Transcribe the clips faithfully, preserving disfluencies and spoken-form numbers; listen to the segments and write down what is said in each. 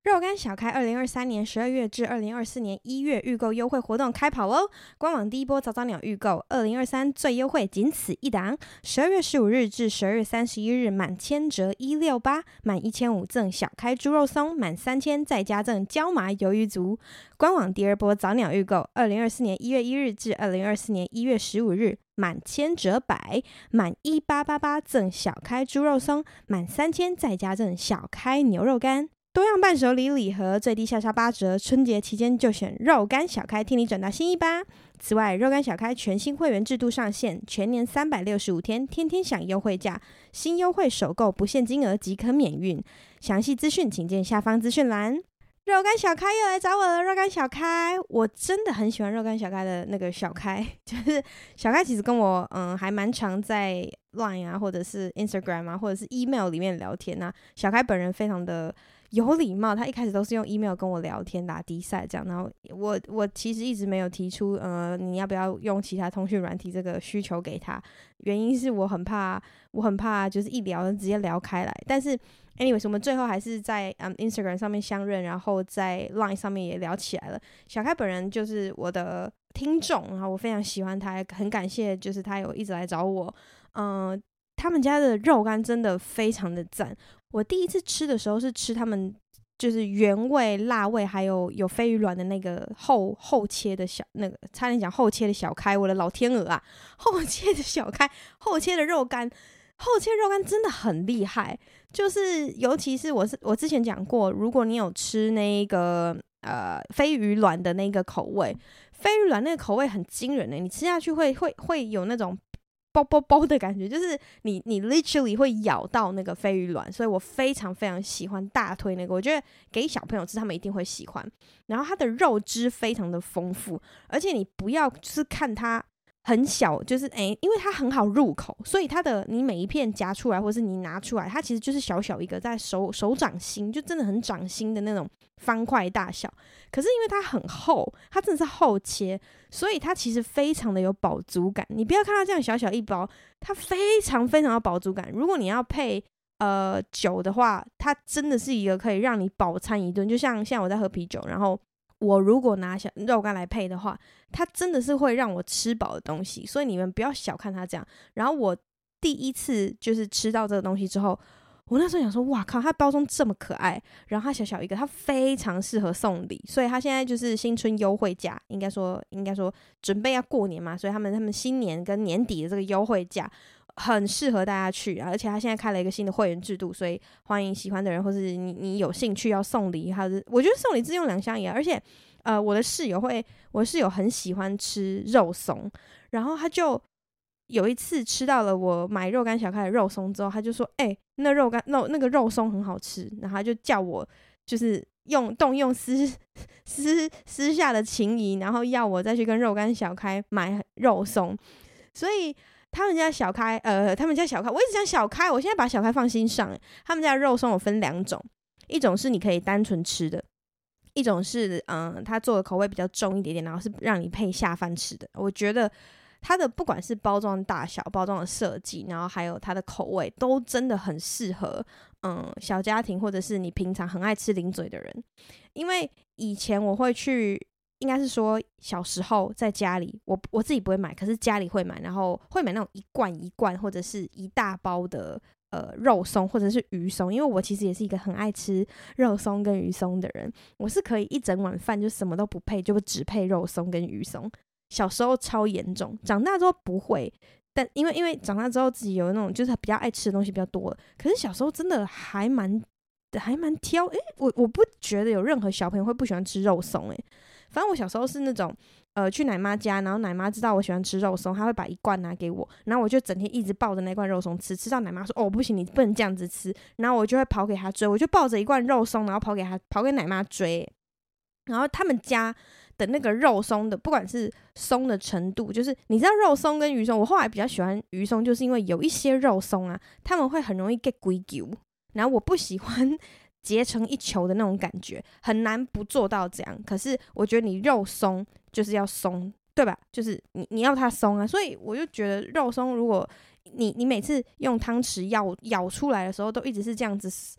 肉干小开二零二三年十二月至二零二四年一月预购优惠活动开跑喽！官网第一波早早鸟预购二零二三最优惠仅此一档，十二月十五日至十二月三十一日满千折一六八，满一千五赠小开猪肉松，满三千再加赠椒麻鱿鱼足。官网第二波早鸟预购二零二四年一月一日至二零二四年一月十五日。满千折百，满一八八八赠小开猪肉松，满三千再加赠小开牛肉干。多样伴手礼礼盒最低下杀八折，春节期间就选肉干小开，替你转达心意吧。此外，肉干小开全新会员制度上线，全年三百六十五天，天天享优惠价，新优惠首购不限金额即可免运。详细资讯请见下方资讯栏。肉干小开又来找我了，肉干小开，我真的很喜欢肉干小开的那个小开，就是小开其实跟我嗯还蛮常在 Line 啊，或者是 Instagram 啊，或者是 email 里面聊天啊。小开本人非常的有礼貌，他一开始都是用 email 跟我聊天打比赛这样，然后我我其实一直没有提出呃你要不要用其他通讯软体这个需求给他，原因是我很怕我很怕就是一聊就直接聊开来，但是anyways 我们最后还是在、um, Instagram 上面相认，然后在 Line 上面也聊起来了。小开本人就是我的听众，然后我非常喜欢他，很感谢就是他有一直来找我。嗯、呃，他们家的肉干真的非常的赞。我第一次吃的时候是吃他们就是原味、辣味，还有有飞鱼卵的那个后后切的小那个，差点讲后切的小开，我的老天鹅啊！后切的小开，后切的肉干。后切肉干真的很厉害，就是尤其是我是我之前讲过，如果你有吃那个呃飞鱼卵的那个口味，飞鱼卵那个口味很惊人的，你吃下去会会会有那种啵啵啵的感觉，就是你你 literally 会咬到那个飞鱼卵，所以我非常非常喜欢，大推那个，我觉得给小朋友吃他们一定会喜欢。然后它的肉汁非常的丰富，而且你不要就是看它很小，就是诶、欸，因为它很好入口，所以它的你每一片夹出来，或是你拿出来，它其实就是小小一个，在手手掌心，就真的很掌心的那种方块大小。可是因为它很厚，它真的是厚切，所以它其实非常的有饱足感。你不要看它这样小小一包，它非常非常有饱足感。如果你要配呃酒的话，它真的是一个可以让你饱餐一顿。就像现在我在喝啤酒，然后我如果拿小肉干来配的话，它真的是会让我吃饱的东西，所以你们不要小看它这样。然后我第一次就是吃到这个东西之后，我那时候想说，哇靠，它包装这么可爱，然后它小小一个，它非常适合送礼，所以它现在就是新春优惠价，应该说应该说准备要过年嘛，所以他们他们新年跟年底的这个优惠价很适合大家去，而且他现在开了一个新的会员制度，所以欢迎喜欢的人，或是你你有兴趣要送礼，还是我觉得送礼自用两相宜啊。而且呃，我的室友会，我的室友很喜欢吃肉松，然后他就有一次吃到了我买肉干小开的肉松之后，他就说：“哎、欸，那肉干那那个肉松很好吃。”然后他就叫我就是用动用私私私下的情谊，然后要我再去跟肉干小开买肉松，所以。他们家小开，呃，他们家小开，我一直讲小开，我现在把小开放心上。他们家的肉松有分两种，一种是你可以单纯吃的，一种是嗯，他做的口味比较重一点点，然后是让你配下饭吃的。我觉得它的不管是包装大小、包装的设计，然后还有它的口味，都真的很适合嗯小家庭或者是你平常很爱吃零嘴的人。因为以前我会去。应该是说小时候在家里，我我自己不会买，可是家里会买，然后会买那种一罐一罐或者是一大包的呃肉松或者是鱼松，因为我其实也是一个很爱吃肉松跟鱼松的人，我是可以一整碗饭就什么都不配，就只配肉松跟鱼松。小时候超严重，长大之后不会，但因为因为长大之后自己有那种就是比较爱吃的东西比较多了，可是小时候真的还蛮还蛮挑，诶、欸，我我不觉得有任何小朋友会不喜欢吃肉松，诶、欸。反正我小时候是那种，呃，去奶妈家，然后奶妈知道我喜欢吃肉松，她会把一罐拿给我，然后我就整天一直抱着那罐肉松吃，吃到奶妈说：“哦，不行，你不能这样子吃。”然后我就会跑给她追，我就抱着一罐肉松，然后跑给她，跑给奶妈追。然后他们家的那个肉松的，不管是松的程度，就是你知道肉松跟鱼松，我后来比较喜欢鱼松，就是因为有一些肉松啊，他们会很容易 get 龟球，然后我不喜欢。结成一球的那种感觉，很难不做到这样。可是我觉得你肉松就是要松，对吧？就是你你要它松啊，所以我就觉得肉松，如果你你每次用汤匙咬咬出来的时候，都一直是这样子，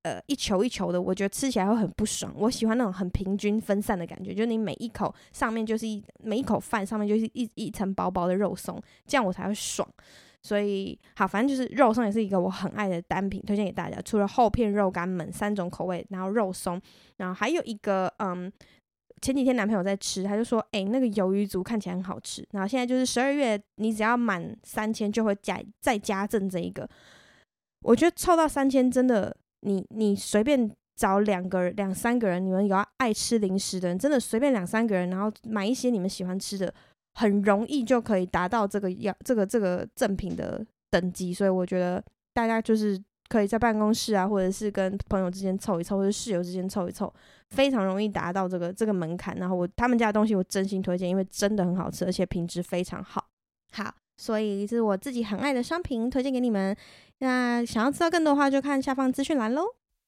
呃一球一球的，我觉得吃起来会很不爽。我喜欢那种很平均分散的感觉，就是你每一口上面就是一每一口饭上面就是一一层薄薄的肉松，这样我才会爽。所以好，反正就是肉松也是一个我很爱的单品，推荐给大家。除了厚片肉干焖三种口味，然后肉松，然后还有一个嗯，前几天男朋友在吃，他就说，哎、欸，那个鱿鱼足看起来很好吃。然后现在就是十二月，你只要满三千就会加再加赠这一个。我觉得凑到三千真的，你你随便找两个两三个人，你们有要爱吃零食的人，真的随便两三个人，然后买一些你们喜欢吃的。很容易就可以达到这个要这个这个赠品的等级，所以我觉得大家就是可以在办公室啊，或者是跟朋友之间凑一凑，或者室友之间凑一凑，非常容易达到这个这个门槛。然后我他们家的东西我真心推荐，因为真的很好吃，而且品质非常好。好，所以这是我自己很爱的商品，推荐给你们。那想要知道更多的话，就看下方资讯栏咯。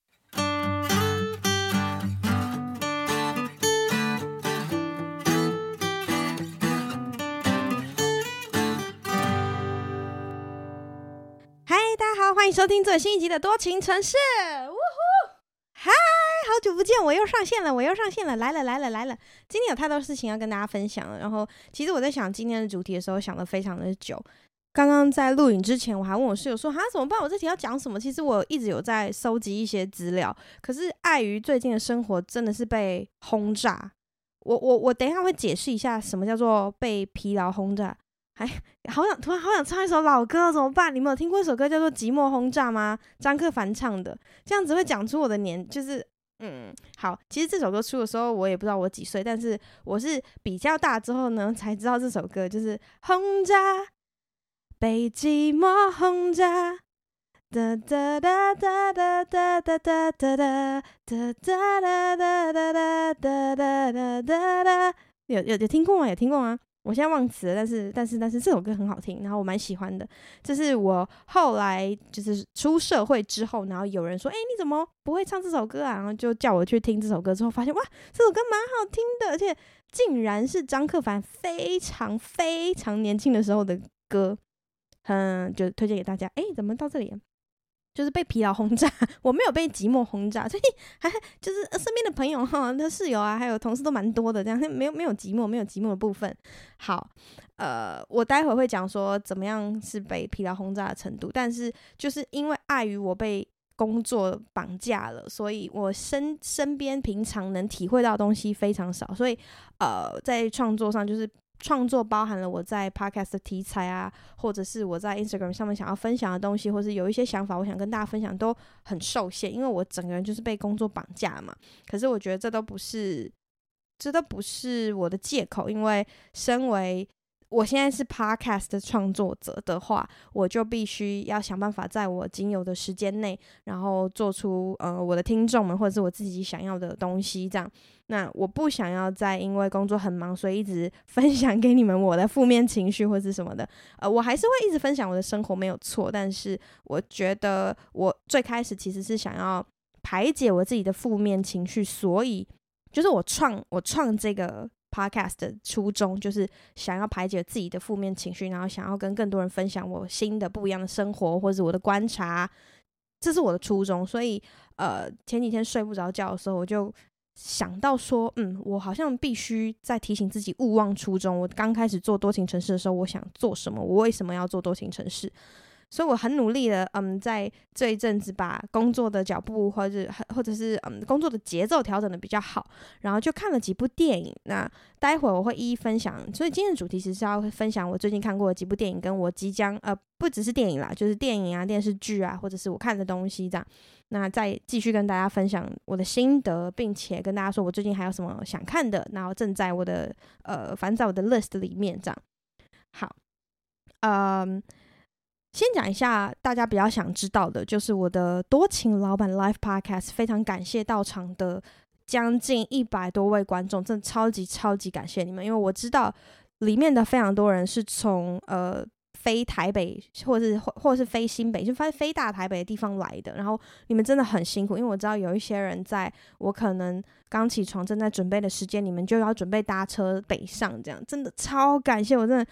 嗨，大家好，欢迎收听最新一集的多情城市。呜呼，嗨，好久不见，我又上线了，我又上线了，来了来了来了。今天有太多事情要跟大家分享了，然后其实我在想今天的主题的时候，想了非常的久。刚刚在录影之前，我还问我室友说：“哈，怎么办？我这题要讲什么？”其实我一直有在收集一些资料，可是碍于最近的生活真的是被轰炸。我我我等一下会解释一下什么叫做被疲劳轰炸。哎，好想突然好想唱一首老歌，怎么办？你们有听过一首歌叫做《寂寞轰炸》吗？张克帆唱的，这样子会讲出我的年，就是嗯，好。其实这首歌出的时候，我也不知道我几岁，但是我是比较大之后呢，才知道这首歌就是轰炸，被寂寞轰炸，哒哒哒哒哒哒哒哒哒哒哒哒哒哒哒哒哒哒哒，有有有听过吗？有听过吗？我现在忘词了，但是但是但是这首歌很好听，然后我蛮喜欢的。这是我后来就是出社会之后，然后有人说：“哎、欸，你怎么不会唱这首歌啊？”然后就叫我去听这首歌，之后发现哇，这首歌蛮好听的，而且竟然是张克帆非常非常年轻的时候的歌，嗯，就推荐给大家。哎、欸，怎么到这里？就是被疲劳轰炸，我没有被寂寞轰炸，所以还就是身边的朋友哈，他室友啊，还有同事都蛮多的，这样没有没有寂寞，没有寂寞的部分。好，呃，我待会会讲说怎么样是被疲劳轰炸的程度，但是就是因为碍于我被工作绑架了，所以我身身边平常能体会到的东西非常少，所以呃，在创作上就是。创作包含了我在 podcast 的题材啊，或者是我在 Instagram 上面想要分享的东西，或是有一些想法我想跟大家分享，都很受限，因为我整个人就是被工作绑架嘛。可是我觉得这都不是，这都不是我的借口，因为身为我现在是 podcast 的创作者的话，我就必须要想办法在我仅有的时间内，然后做出呃我的听众们或者是我自己想要的东西，这样。那我不想要再因为工作很忙，所以一直分享给你们我的负面情绪或是什么的。呃，我还是会一直分享我的生活，没有错。但是我觉得我最开始其实是想要排解我自己的负面情绪，所以就是我创我创这个 podcast 的初衷，就是想要排解自己的负面情绪，然后想要跟更多人分享我新的不一样的生活，或是我的观察，这是我的初衷。所以呃，前几天睡不着觉的时候，我就想到说，嗯，我好像必须再提醒自己勿忘初衷。我刚开始做多情城市的时候，我想做什么？我为什么要做多情城市？所以我很努力的，嗯，在这一阵子把工作的脚步或者或者是嗯工作的节奏调整的比较好，然后就看了几部电影。那待会我会一一分享，所以今天的主题其实是要分享我最近看过的几部电影，跟我即将呃不只是电影啦，就是电影啊、电视剧啊，或者是我看的东西这样。那再继续跟大家分享我的心得，并且跟大家说我最近还有什么想看的，然后正在我的呃反正在我的 list 里面这样。好，嗯。先讲一下大家比较想知道的，就是我的多情老板 Live Podcast， 非常感谢到场的将近一百多位观众，真的超级超级感谢你们，因为我知道里面的非常多人是从呃非台北或者是或或者是非新北，就非大台北的地方来的，然后你们真的很辛苦，因为我知道有一些人在我可能刚起床正在准备的时间，你们就要准备搭车北上，这样真的超感谢，我真的。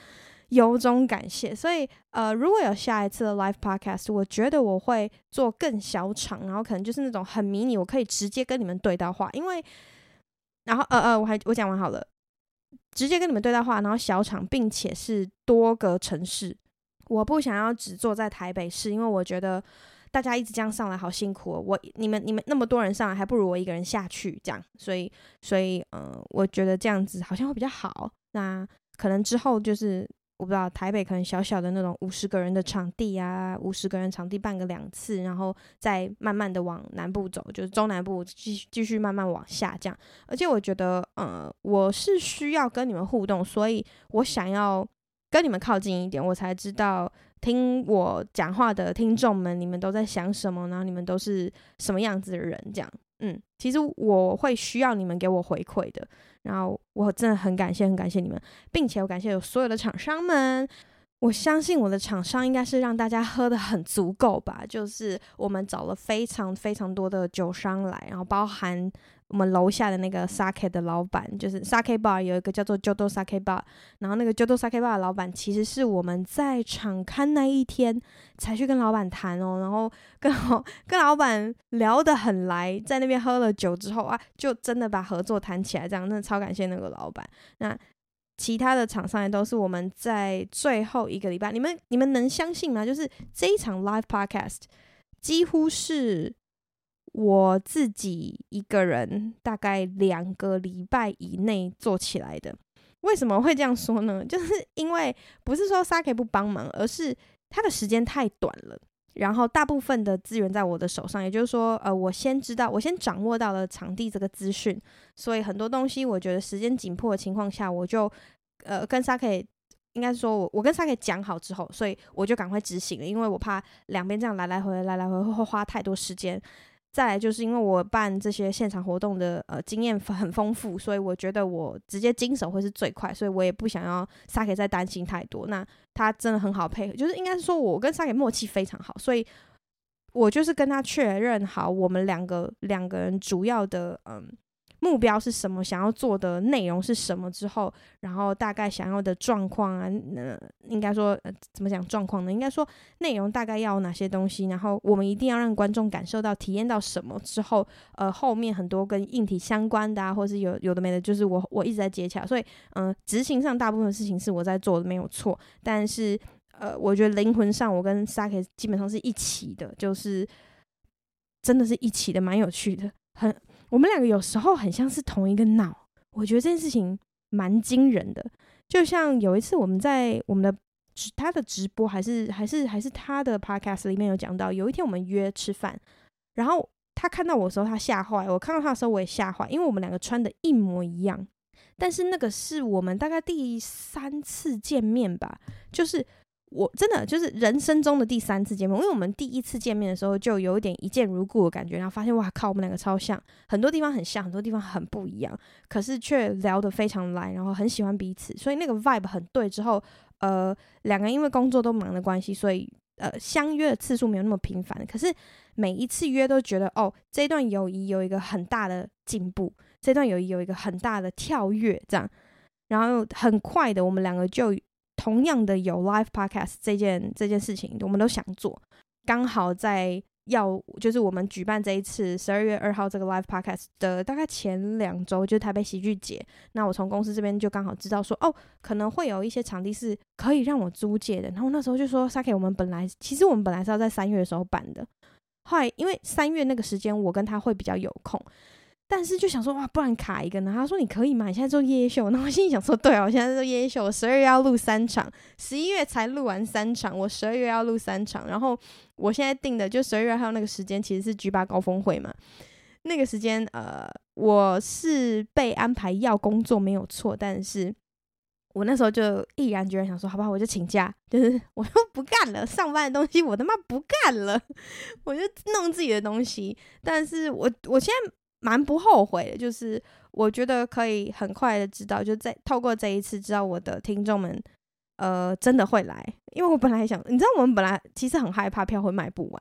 由衷感谢。所以呃，如果有下一次的 live podcast， 我觉得我会做更小场，然后可能就是那种很迷你，我可以直接跟你们对到话。因为然后呃呃，我还我讲完好了，直接跟你们对到话，然后小场，并且是多个城市。我不想要只坐在台北市，因为我觉得大家一直这样上来好辛苦哦。我你们你们那么多人上来，还不如我一个人下去这样。所以所以呃，我觉得这样子好像会比较好。那可能之后就是我不知道，台北可能小小的那种五十个人的场地啊，五十个人场地办个两次，然后再慢慢的往南部走，就是中南部继续继续慢慢往下这样。而且我觉得呃，我是需要跟你们互动，所以我想要跟你们靠近一点，我才知道听我讲话的听众们，你们都在想什么，然后你们都是什么样子的人这样。嗯，其实我会需要你们给我回馈的，然后我真的很感谢很感谢你们，并且我感谢有所有的厂商们。我相信我的厂商应该是让大家喝得很足够吧，就是我们找了非常非常多的酒商来，然后包含我们楼下的那个 sake 的老板，就是 sake bar 有一个叫做 Jodo sake bar， 然后那个 Jodo sake bar 的老板其实是我们在场刊那一天才去跟老板谈哦，然后跟跟老板聊得很来，在那边喝了酒之后啊，就真的把合作谈起来，这样真的超感谢那个老板。那其他的厂商也都是我们在最后一个礼拜，你们你们能相信吗？就是这一场 live podcast 几乎是我自己一个人大概两个礼拜以内做起来的。为什么会这样说呢？就是因为不是说 Sake 不帮忙，而是他的时间太短了，然后大部分的资源在我的手上，也就是说呃，我先知道我先掌握到了场地这个资讯，所以很多东西我觉得时间紧迫的情况下，我就呃跟 Sake 应该说我我跟 Sake 讲好之后，所以我就赶快执行了，因为我怕两边这样来来回回来来回回会花太多时间。再来就是因为我办这些现场活动的呃经验很丰富，所以我觉得我直接经手会是最快，所以我也不想要 Sake 再担心太多。那他真的很好配合，就是应该是说我跟 Sake 默契非常好，所以我就是跟他确认好我们两个两个人主要的嗯目标是什么，想要做的内容是什么之后，然后大概想要的状况啊，呃，应该说、呃、怎么讲状况呢？应该说内容大概要有哪些东西，然后我们一定要让观众感受到、体验到什么之后，呃，后面很多跟硬体相关的啊，或是有有的没的，就是我我一直在接洽，所以嗯、呃，执行上大部分事情是我在做的，没有错，但是呃，我觉得灵魂上我跟 Sake 基本上是一起的，就是真的是一起的，蛮有趣的，很。我们两个有时候很像是同一个脑，我觉得这件事情蛮惊人的。就像有一次我们在我们的他的直播还是还是还是他的 podcast 里面有讲到，有一天我们约吃饭，然后他看到我的时候他吓坏，我看到他的时候我也吓坏，因为我们两个穿的一模一样。但是那个是我们大概第三次见面吧，就是我真的就是人生中的第三次见面，因为我们第一次见面的时候就有一点一见如故的感觉，然后发现哇靠，我们两个超像，很多地方很像，很多地方很不一样，可是却聊得非常来，然后很喜欢彼此，所以那个 vibe 很对。之后呃，两个人因为工作都忙的关系，所以呃相约的次数没有那么频繁，可是每一次约都觉得哦，这段友谊有一个很大的进步，这段友谊有一个很大的跳跃，这样，然后很快的我们两个就同样的有 live podcast 这件这件事情，我们都想做，刚好在要就是我们举办这一次十二月二号这个 live podcast 的大概前两周，就是台北喜剧节。那我从公司这边就刚好知道说，哦，可能会有一些场地是可以让我租借的。然后那时候就说 ，Sake 我们本来其实我们本来是要在三月的时候办的，后来因为三月那个时间我跟他会比较有空。但是就想说哇，不然卡一个呢？他说你可以吗？你现在做夜夜秀，然后我心里想说，对啊，我现在做夜夜秀，我十二月要录三场，十一月才录完三场，我十二月要录三场，然后我现在定的就十二月还有那个时间，其实是 G 八 高峰会嘛，那个时间呃，我是被安排要工作没有错，但是我那时候就毅然决然想说，好吧，我就请假，就是我就不干了，上班的东西我他妈不干了，我就弄自己的东西，但是我我现在。蛮不后悔的，就是我觉得可以很快的知道，就在透过这一次知道我的听众们呃真的会来，因为我本来想，你知道我们本来其实很害怕票会卖不完，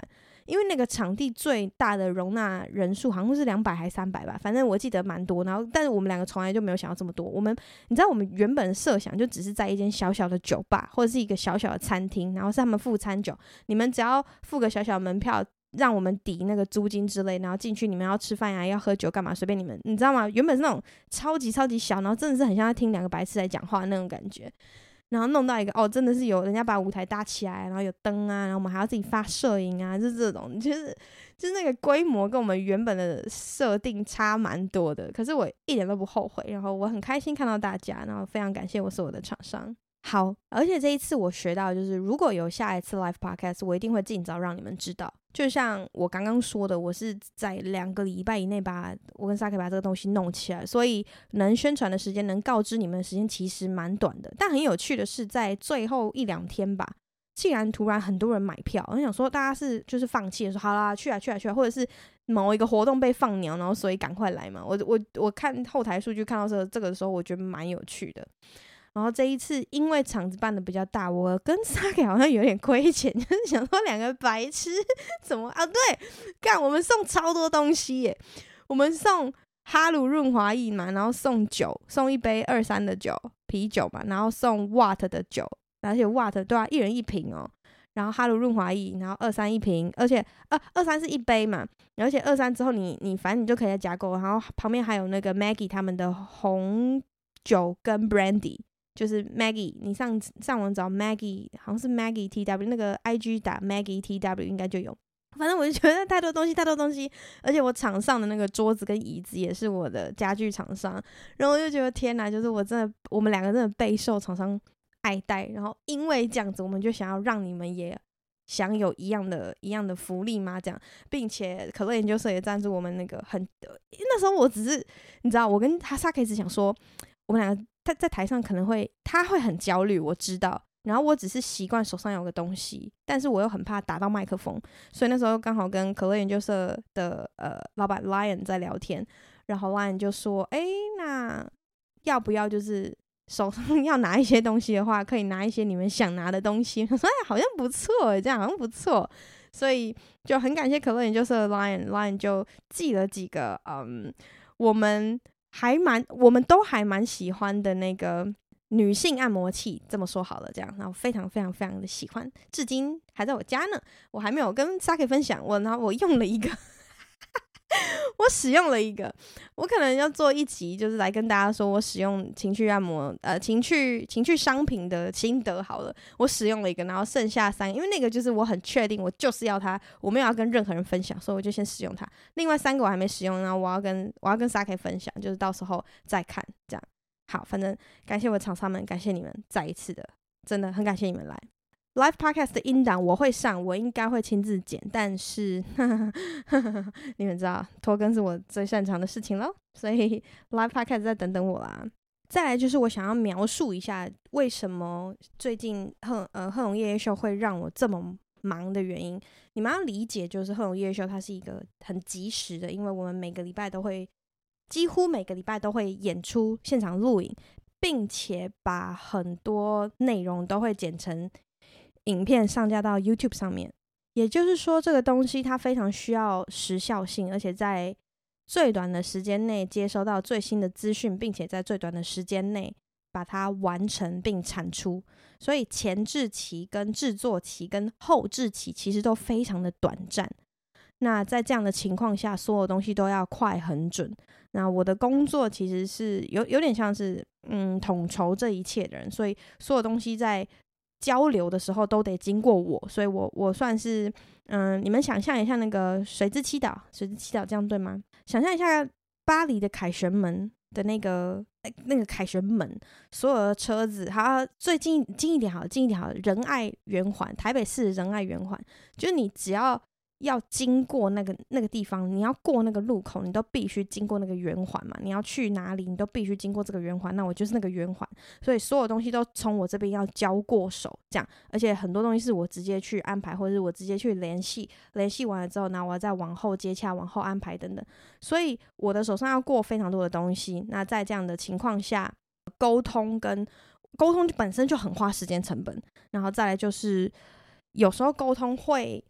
因为那个场地最大的容纳人数好像是两百还三百吧，反正我记得蛮多。然后，但是我们两个从来就没有想到这么多。我们，你知道，我们原本设想就只是在一间小小的酒吧或者是一个小小的餐厅，然后是他们付餐酒，你们只要付个小小门票，让我们抵那个租金之类，然后进去你们要吃饭呀、啊、要喝酒干嘛随便你们，你知道吗？原本是那种超级超级小，然后真的是很像在听两个白痴在讲话那种感觉。然后弄到一个哦，真的是有人家把舞台搭起来，然后有灯啊，然后我们还要自己发摄影啊，就是这种，就是就是那个规模跟我们原本的设定差蛮多的。可是我一点都不后悔，然后我很开心看到大家，然后非常感谢我所有的厂商。好，而且这一次我学到就是，如果有下一次 live podcast， 我一定会尽早让你们知道。就像我刚刚说的，我是在两个礼拜以内把我跟 Saki 把这个东西弄起来，所以能宣传的时间，能告知你们的时间其实蛮短的。但很有趣的是，在最后一两天吧，竟然突然很多人买票，我想说大家是就是放弃了，说好啦，去啊去啊去啊，或者是某一个活动被放鸟，然后所以赶快来嘛。我我我看后台数据看到这个这个的时候，我觉得蛮有趣的。然后这一次因为场子办的比较大，我跟 Saki 好像有点亏钱，就是想说两个白痴怎么啊？对，干我们送超多东西耶，我们送哈鲁润滑液嘛，然后送酒，送一杯二三的酒啤酒嘛，然后送 Watt 的酒，而且 Watt 对啊，一人一瓶哦。然后哈鲁润滑液，然后二三一瓶，而且呃二三是一杯嘛，而且二三之后你你反正你就可以再加购，然后旁边还有那个 Maggie 他们的红酒跟 Brandy。就是 Maggie， 你上上网找 Maggie， 好像是 Maggie T W， 那个 I G 打 Maggie T W 应该就有。反正我就觉得太多东西，太多东西，而且我场上的那个桌子跟椅子也是我的家具厂商，然后我就觉得天哪，就是我真的，我们两个真的备受厂商爱戴，然后因为这样子，我们就想要让你们也享有一样的一样的福利嘛，这样，并且可乐研究社也赞助我们那个很，那时候我只是你知道，我跟他 Saki 只想说，我们两个。他在台上可能会，他会很焦虑，我知道。然后我只是习惯手上有个东西，但是我又很怕打到麦克风，所以那时候刚好跟可乐研究社的呃老板 Lion 在聊天，然后 Lion 就说：“哎，那要不要就是手上要拿一些东西的话，可以拿一些你们想拿的东西？”我说：“哎，好像不错，这样好像不错。”所以就很感谢可乐研究社的 Lion，Lion 就寄了几个嗯我们。还蛮，我们都还蛮喜欢的那个女性按摩器，这么说好了，这样，然后非常非常非常的喜欢，至今还在我家呢，我还没有跟 Saki 分享，我然后我用了一个。我使用了一个，我可能要做一集，就是来跟大家说我使用情趣按摩，呃，情趣情趣商品的心得好了。我使用了一个，然后剩下三个，因为那个就是我很确定，我就是要它，我没有要跟任何人分享，所以我就先使用它。另外三个我还没使用，然后我要跟我要跟 Saki 分享，就是到时候再看这样。好，反正感谢我的厂商们，感谢你们再一次的，真的很感谢你们来。Live Podcast 的音档我会上，我应该会亲自剪，但是呵呵呵呵你们知道拖更是我最擅长的事情咯，所以 Live Podcast 在等等我啦。再来就是我想要描述一下为什么最近贺呃贺龙夜夜秀会让我这么忙的原因。你们要理解，就是贺龙夜夜秀它是一个很及时的，因为我们每个礼拜都会，几乎每个礼拜都会演出现场录影，并且把很多内容都会剪成影片上架到 YouTube 上面，也就是说这个东西它非常需要时效性，而且在最短的时间内接收到最新的资讯，并且在最短的时间内把它完成并产出，所以前置期跟制作期跟后置期其实都非常的短暂。那在这样的情况下，所有东西都要快很准。那我的工作其实是有有点像是嗯统筹这一切的人，所以所有东西在交流的时候都得经过我，所以我我算是嗯，你们想象一下那个水之七岛，水之七岛这样对吗？想象一下巴黎的凯旋门的那个那个凯旋门，所有的车子，好，最近近一点好，近一点好，仁爱圆环，台北市仁爱圆环，就是你只要要经过那个那个地方，你要过那个路口，你都必须经过那个圆环嘛。你要去哪里，你都必须经过这个圆环。那我就是那个圆环，所以所有东西都从我这边要交过手，这样。而且很多东西是我直接去安排，或者是我直接去联系，联系完了之后，那我要再往后接洽、往后安排等等。所以我的手上要过非常多的东西。那在这样的情况下，沟通跟沟通本身就很花时间成本，然后再来就是有时候沟通会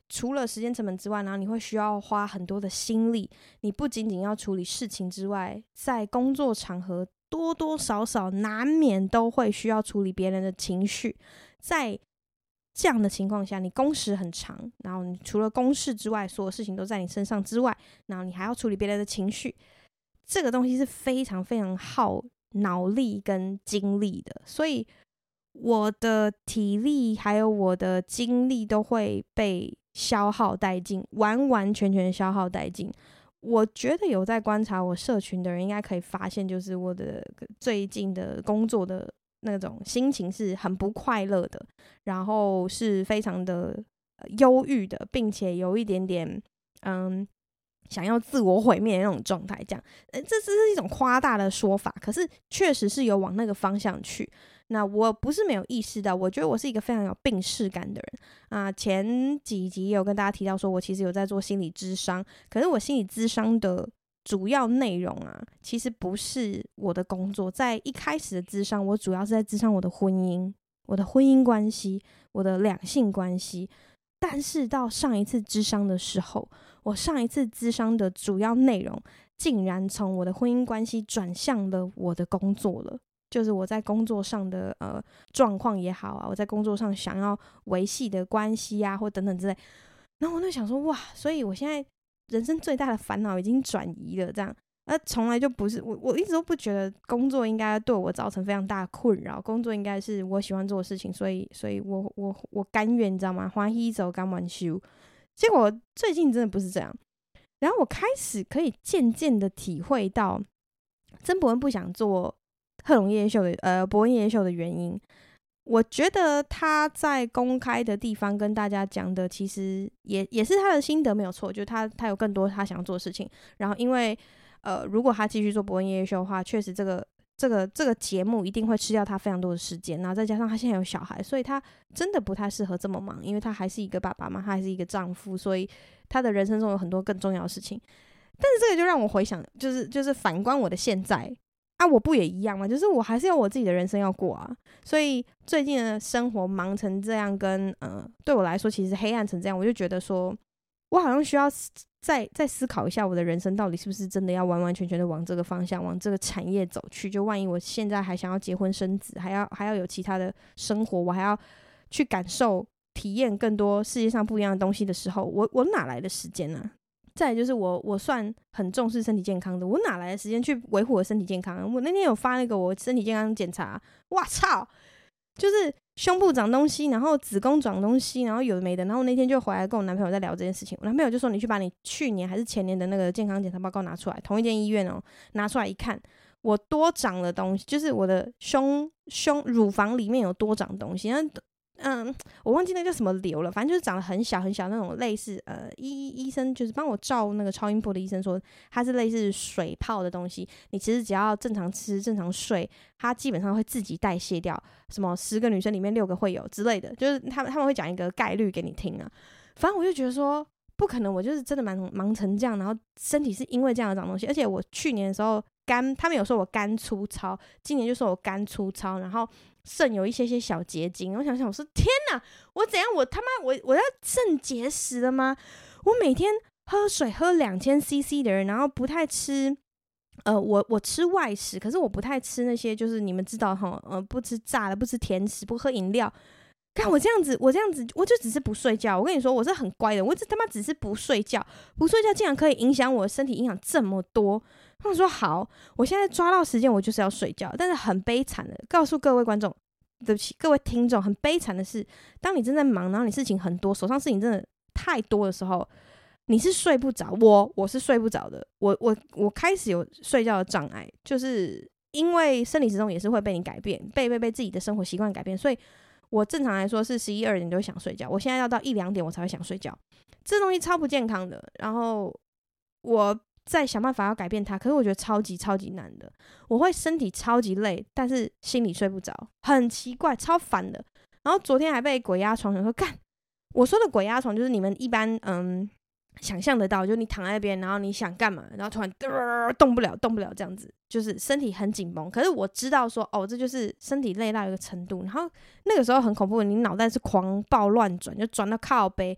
除了时间成本之外，然后你会需要花很多的心力，你不仅仅要处理事情之外，在工作场合多多少少难免都会需要处理别人的情绪。在这样的情况下，你工时很长，然后你除了公事之外，所有事情都在你身上之外，然后你还要处理别人的情绪，这个东西是非常非常耗脑力跟精力的，所以我的体力还有我的精力都会被消耗殆尽，完完全全消耗殆尽。我觉得有在观察我社群的人应该可以发现，就是我的最近的工作的那种心情是很不快乐的，然后是非常的忧郁的，并且有一点点嗯想要自我毁灭的那种状态，这样，呃，这是一种夸大的说法，可是确实是有往那个方向去。那我不是没有意识到，我觉得我是一个非常有病识感的人啊。前几集也有跟大家提到说，我其实有在做心理咨商，可是我心理咨商的主要内容啊，其实不是我的工作。在一开始的咨商，我主要是在咨商我的婚姻、我的婚姻关系、我的两性关系。但是到上一次咨商的时候，我上一次咨商的主要内容竟然从我的婚姻关系转向了我的工作了，就是我在工作上的呃状况也好啊，我在工作上想要维系的关系啊，或等等之类。然后我就想说，哇，所以我现在人生最大的烦恼已经转移了，这样。而从来就不是我，我一直都不觉得工作应该对我造成非常大的困扰，工作应该是我喜欢做的事情，所以，所以我我我甘愿，你知道吗？欢喜走，甘愿受。结果最近真的不是这样，然后我开始可以渐渐的体会到曾博恩不想做贺龙夜夜秀的呃博恩夜夜秀的原因。我觉得他在公开的地方跟大家讲的，其实也也是他的心得没有错，就是他他有更多他想要做的事情。然后因为呃，如果他继续做博恩夜夜秀的话，确实这个这个这个节目一定会吃掉他非常多的时间。然后再加上他现在有小孩，所以他真的不太适合这么忙，因为他还是一个爸爸嘛，他还是一个丈夫，所以他的人生中有很多更重要的事情。但是这个就让我回想，就是就是反观我的现在啊，我不也一样吗？就是我还是有我自己的人生要过啊。所以最近的生活忙成这样跟，跟呃对我来说其实黑暗成这样，我就觉得说我好像需要再再思考一下，我的人生到底是不是真的要完完全全的往这个方向，往这个产业走去。就万一我现在还想要结婚生子，还要还要有其他的生活，我还要去感受体验更多世界上不一样的东西的时候，我我哪来的时间呢、啊？再来就是我我算很重视身体健康的，我哪来的时间去维护我的身体健康？我那天有发那个我身体健康检查，哇操，就是胸部长东西，然后子宫长东西，然后有的没的。然后那天就回来跟我男朋友在聊这件事情，我男朋友就说你去把你去年还是前年的那个健康检查报告拿出来，同一间医院哦，拿出来一看，我多长了东西，就是我的胸胸乳房里面有多长东西。嗯，我忘记那个叫什么瘤了，反正就是长得很小很小那种，类似呃医医生就是帮我照那个超音波的医生说，它是类似水泡的东西，你其实只要正常吃正常睡，它基本上会自己代谢掉，什么十个女生里面六个会有之类的，就是他们他们会讲一个概率给你听啊。反正我就觉得说不可能，我就是真的蛮忙成这样，然后身体是因为这样长东西，而且我去年的时候肝，他们有说我肝粗糙，今年就说我肝粗糙，然后肾有一些些小结晶。我想想，我说天哪，我怎样？我他妈我我要肾结石了吗？我每天喝水喝两千 C C 的人，然后不太吃，呃，我我吃外食，可是我不太吃那些，就是你们知道哈，呃，不吃炸的，不吃甜食，不喝饮料。看我这样子，我这样子，我就只是不睡觉。我跟你说，我是很乖的，我这他妈只是不睡觉，不睡觉竟然可以影响我的身体，影响这么多。他们说好，我现在抓到时间，我就是要睡觉。但是很悲惨的，告诉各位观众，对不起，各位听众，很悲惨的是，当你正在忙，然后你事情很多，手上事情真的太多的时候，你是睡不着。我我是睡不着的，我我我开始有睡觉的障碍，就是因为生理时钟也是会被你改变，被被被自己的生活习惯改变，所以我正常来说是十一二点就想睡觉，我现在要到一两点我才会想睡觉，这东西超不健康的。然后我再想办法要改变它，可是我觉得超级超级难的。我会身体超级累，但是心里睡不着，很奇怪，超烦的。然后昨天还被鬼压床，想说干，我说的鬼压床就是你们一般嗯想象得到，就你躺在那边，然后你想干嘛，然后突然、呃、动不了，动不了这样子，就是身体很紧绷。可是我知道说，哦，这就是身体累到一个程度，然后那个时候很恐怖，你脑袋是狂暴乱转，就转到靠背。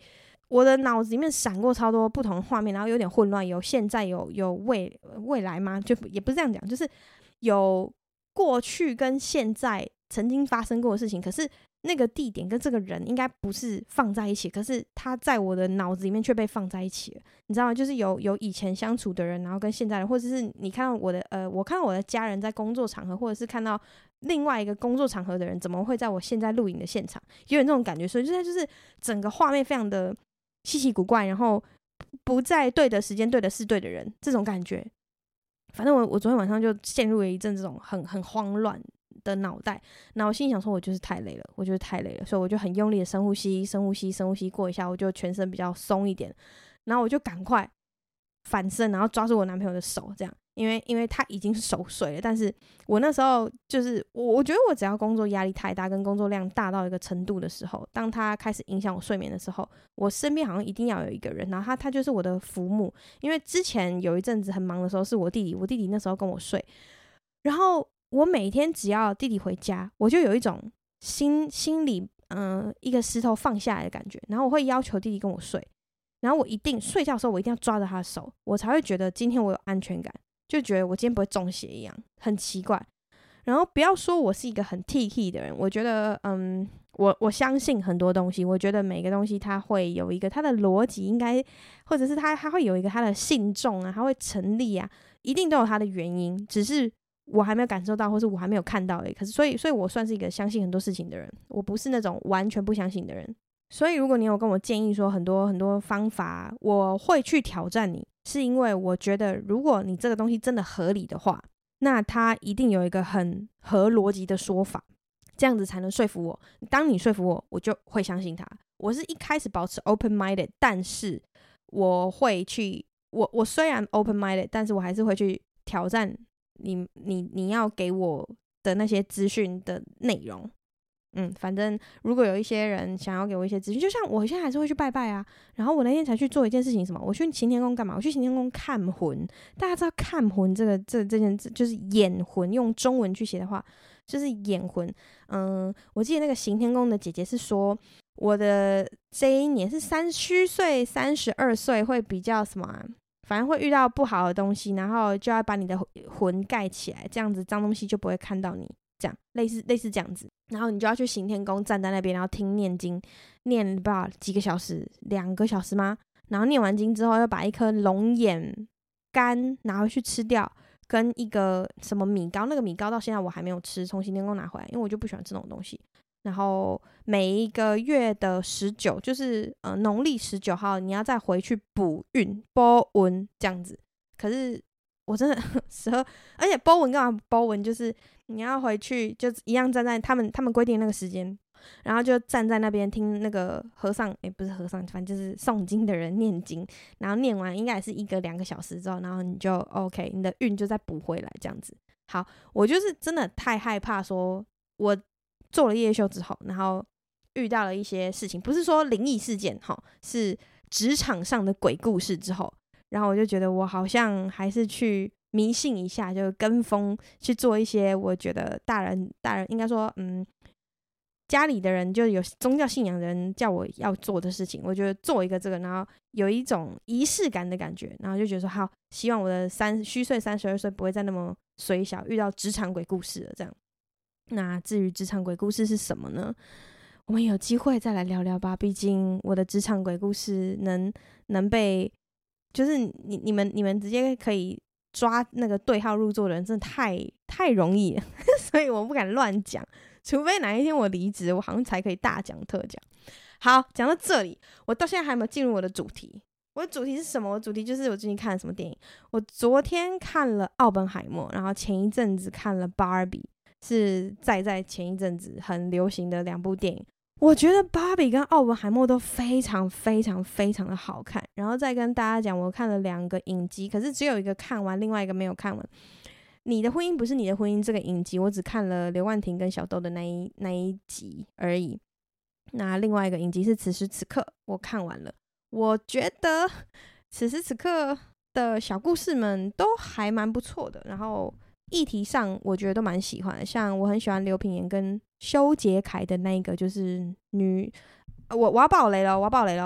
我的脑子里面闪过超多不同的画面，然后有点混乱，有现在有有未未来吗？就也不是这样讲，就是有过去跟现在曾经发生过的事情，可是那个地点跟这个人应该不是放在一起，可是他在我的脑子里面却被放在一起了，你知道吗？就是有有以前相处的人，然后跟现在人，或者是你看到我的呃，我看到我的家人在工作场合，或者是看到另外一个工作场合的人，怎么会在我现在录影的现场？有点那种感觉，所以就是就是整个画面非常的稀奇古怪，然后不在对的时间、对的事、对的人，这种感觉。反正我我昨天晚上就陷入了一阵这种很很慌乱的脑袋，然后我心里想说，我就是太累了，我就是太累了，所以我就很用力的深呼吸，深呼吸，深呼吸过一下，我就全身比较松一点，然后我就赶快反身，然后抓住我男朋友的手，这样。因为因为他已经熟睡了，但是我那时候就是我我觉得我只要工作压力太大跟工作量大到一个程度的时候，当他开始影响我睡眠的时候，我身边好像一定要有一个人，然后他他就是我的浮木。因为之前有一阵子很忙的时候是我弟弟，我弟弟那时候跟我睡，然后我每天只要弟弟回家，我就有一种心心里嗯、呃、一个石头放下来的感觉，然后我会要求弟弟跟我睡，然后我一定睡觉的时候我一定要抓着他的手，我才会觉得今天我有安全感，就觉得我今天不会中邪一样，很奇怪。然后不要说我是一个很 T K 的人，我觉得嗯，我我相信很多东西，我觉得每个东西它会有一个它的逻辑，应该或者是它它会有一个它的信众啊，它会成立啊，一定都有它的原因，只是我还没有感受到，或是我还没有看到而已。可是所以所以我算是一个相信很多事情的人，我不是那种完全不相信的人。所以如果你有跟我建议说很多很多方法，我会去挑战你，是因为我觉得如果你这个东西真的合理的话，那它一定有一个很合逻辑的说法，这样子才能说服我。当你说服我，我就会相信它。我是一开始保持 open minded， 但是我会去我我虽然 open minded， 但是我还是会去挑战你你你要给我的那些资讯的内容。嗯，反正如果有一些人想要给我一些资讯，就像我现在还是会去拜拜啊。然后我那天才去做一件事情，什么？我去行天宫干嘛？我去行天宫看魂。大家知道看魂这个这这件事就是演魂，用中文去写的话就是演魂。嗯，我记得那个行天宫的姐姐是说，我的这一年是三虚岁三十二岁会比较什么啊？反正会遇到不好的东西，然后就要把你的魂盖起来，这样子脏东西就不会看到你。这样类似类似这样子，然后你就要去行天宫站在那边，然后听念经，念不知道几个小时，两个小时吗？然后念完经之后，要把一颗龙眼干拿回去吃掉，跟一个什么米糕，那个米糕到现在我还没有吃，从行天宫拿回来，因为我就不喜欢吃那种东西。然后每一个月的十九，就是呃农历十九号，你要再回去补运波纹这样子。可是我真的十二，而且波纹干嘛？波纹就是你要回去，就一样站在他们他们规定那个时间，然后就站在那边听那个和尚，诶、欸、不是和尚，反正就是诵经的人念经，然后念完应该也是一个两个小时之后，然后你就 OK， 你的运就再补回来这样子。好，我就是真的太害怕说，我做了夜秀之后，然后遇到了一些事情，不是说灵异事件齁，是职场上的鬼故事之后，然后我就觉得我好像还是去迷信一下，就跟风去做一些我觉得大人大人应该说嗯家里的人就有宗教信仰的人叫我要做的事情，我觉得做一个这个，然后有一种仪式感的感觉，然后就觉得说好，希望我的三虚岁三十二岁不会再那么衰小，遇到职场鬼故事了这样。那至于职场鬼故事是什么呢？我们有机会再来聊聊吧，毕竟我的职场鬼故事能能被就是你你们你们直接可以抓那个对号入座的人真的太太容易了所以我不敢乱讲，除非哪一天我离职，我好像才可以大讲特讲。好，讲到这里，我到现在还没有进入我的主题。我的主题是什么？我的主题就是我最近看了什么电影。我昨天看了奥本海默，然后前一阵子看了 Barbie， 是再在前一阵子很流行的两部电影。我觉得芭比跟奥本海默都非常非常非常的好看，然后再跟大家讲我看了两个影集，可是只有一个看完，另外一个没有看完。你的婚姻不是你的婚姻这个影集我只看了刘冠廷跟小豆的那一那一集而已，那另外一个影集是此时此刻，我看完了。我觉得此时此刻的小故事们都还蛮不错的，然后议题上我觉得都蛮喜欢的，像我很喜欢刘品言跟修杰楷的那一个就是女，我我要爆雷了，我要爆雷了。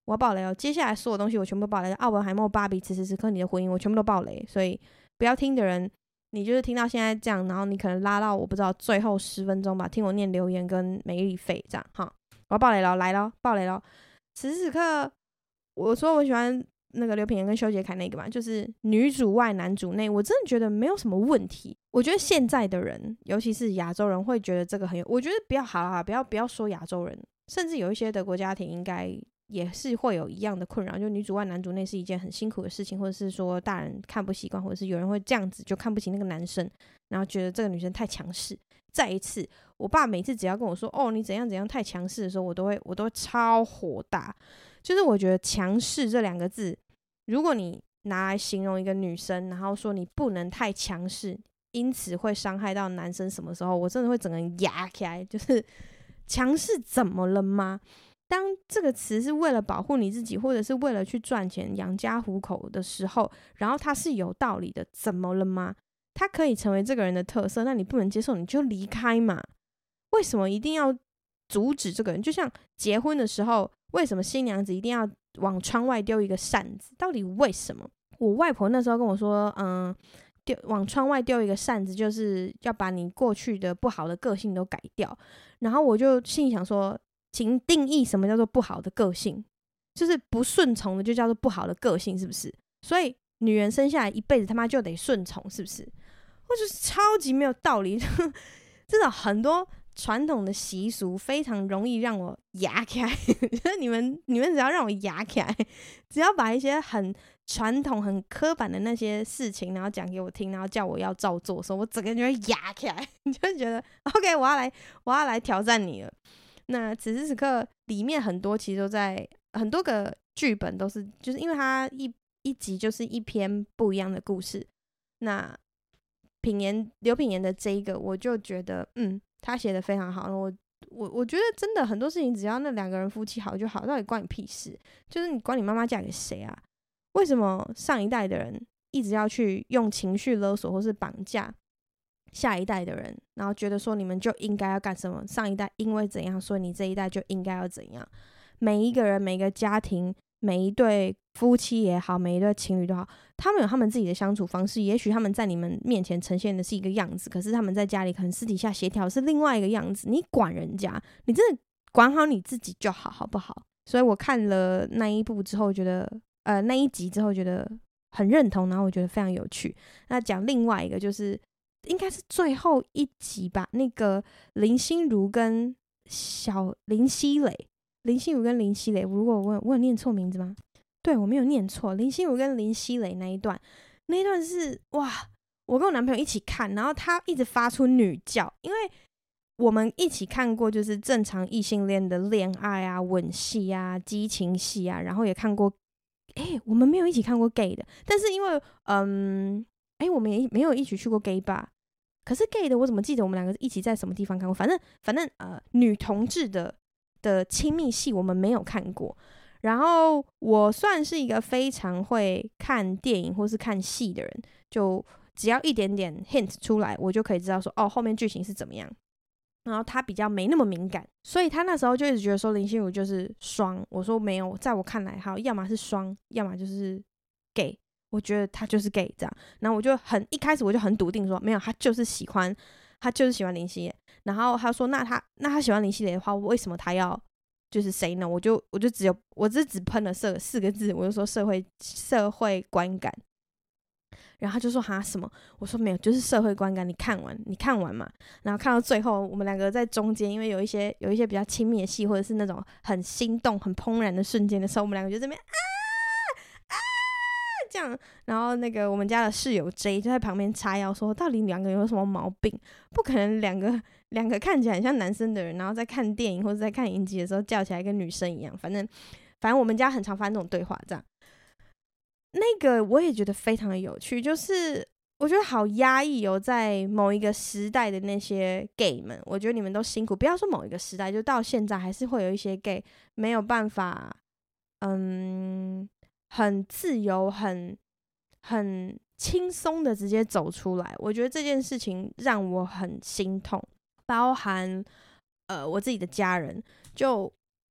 我要爆雷哦！接下来所有东西我全部都爆雷，奥本海默、芭比、此时此刻你的婚姻，我全部都爆雷。所以不要听的人，你就是听到现在这样，然后你可能拉到我不知道最后十分钟吧，听我念留言跟每日费这样哈。我要爆雷了，来咯，爆雷咯！此时此刻，我说我喜欢那个刘品言跟修杰楷那个嘛，就是女主外男主内，我真的觉得没有什么问题。我觉得现在的人，尤其是亚洲人，会觉得这个很有，我觉得不要好啦，不要不要说亚洲人，甚至有一些德国家庭应该也是会有一样的困扰，就女主外男主内是一件很辛苦的事情，或者是说大人看不习惯，或者是有人会这样子就看不起那个男生，然后觉得这个女生太强势。再一次，我爸每次只要跟我说哦你怎样怎样太强势的时候，我都会我都会超火大。就是我觉得强势这两个字，如果你拿来形容一个女生，然后说你不能太强势，因此会伤害到男生，什么时候我真的会整个人压起来。就是强势怎么了吗？当这个词是为了保护你自己，或者是为了去赚钱养家糊口的时候，然后它是有道理的，怎么了吗？它可以成为这个人的特色，那你不能接受你就离开嘛。为什么一定要阻止这个人？就像结婚的时候，为什么新娘子一定要往窗外丢一个扇子？到底为什么？我外婆那时候跟我说，嗯，丢往窗外丢一个扇子，就是要把你过去的不好的个性都改掉。然后我就心里想说，请定义什么叫做不好的个性？就是不顺从的就叫做不好的个性，是不是？所以女人生下来一辈子他妈就得顺从，是不是？我就是超级没有道理。真的很多传统的习俗非常容易让我牙起来。就是你们你们只要让我牙起来，只要把一些很传统很刻板的那些事情然后讲给我听，然后叫我要照做的时候，我整个人就会牙起来。你就觉得 OK 我要来我要来挑战你了。那此时此刻里面很多其实都在很多个剧本都是，就是因为它一一集就是一篇不一样的故事。那品言刘品言的这一个，我就觉得嗯，他写的非常好。我我我觉得真的很多事情只要那两个人夫妻好就好，到底关你屁事？就是你管你妈妈嫁给谁啊？为什么上一代的人一直要去用情绪勒索或是绑架下一代的人，然后觉得说你们就应该要干什么？上一代因为怎样，所以你这一代就应该要怎样？每一个人、每个家庭、每一对夫妻也好，每一对情侣都好，他们有他们自己的相处方式。也许他们在你们面前呈现的是一个样子，可是他们在家里可能私底下协调是另外一个样子。你管人家，你真的管好你自己就好，好不好？所以我看了那一部之后，觉得呃那一集之后觉得很认同，然后我觉得非常有趣。那讲另外一个就是应该是最后一集吧，那个林心如跟小林熙蕾。林心如跟林熙蕾，如果我有我有念错名字吗？对，我没有念错。林心如跟林熙蕾那一段，那一段是哇，我跟我男朋友一起看，然后他一直发出女叫，因为我们一起看过就是正常异性恋的恋爱啊、吻戏啊、激情戏啊，然后也看过，哎，我们没有一起看过 gay 的，但是因为嗯，哎，我们也没有一起去过 gay bar。可是 gay 的，我怎么记得我们两个一起在什么地方看过？反正反正呃，女同志的。的亲密戏我们没有看过。然后我算是一个非常会看电影或是看戏的人，就只要一点点 hint 出来，我就可以知道说哦后面剧情是怎么样。然后他比较没那么敏感，所以他那时候就一直觉得说林心如就是双。我说没有，在我看来好，要么是双，要么就是 gay。我觉得他就是 gay 这样。然后我就很一开始我就很笃定说没有，他就是喜欢他就是喜欢林熙蕾。然后他说那他那他喜欢林熙蕾的话，为什么他要就是谁呢？我就我就只有我只只喷了四四个字，我就说社会社会观感。然后他就说哈什么？我说没有，就是社会观感。你看完你看完嘛？然后看到最后，我们两个在中间，因为有一些有一些比较亲密的戏，或者是那种很心动、很怦然的瞬间的时候，我们两个就在那边啊啊这样。然后那个我们家的室友 J 就在旁边叉腰说，到底两个人有什么毛病？不可能两个两个看起来很像男生的人，然后在看电影或者在看影集的时候叫起来跟女生一样。反正反正我们家很常发生这种对话，这样。那个我也觉得非常的有趣，就是我觉得好压抑哦，在某一个时代的那些 gay 们，我觉得你们都辛苦。不要说某一个时代，就到现在还是会有一些 gay 没有办法，嗯，很自由、很很轻松的直接走出来。我觉得这件事情让我很心痛，包含呃我自己的家人，就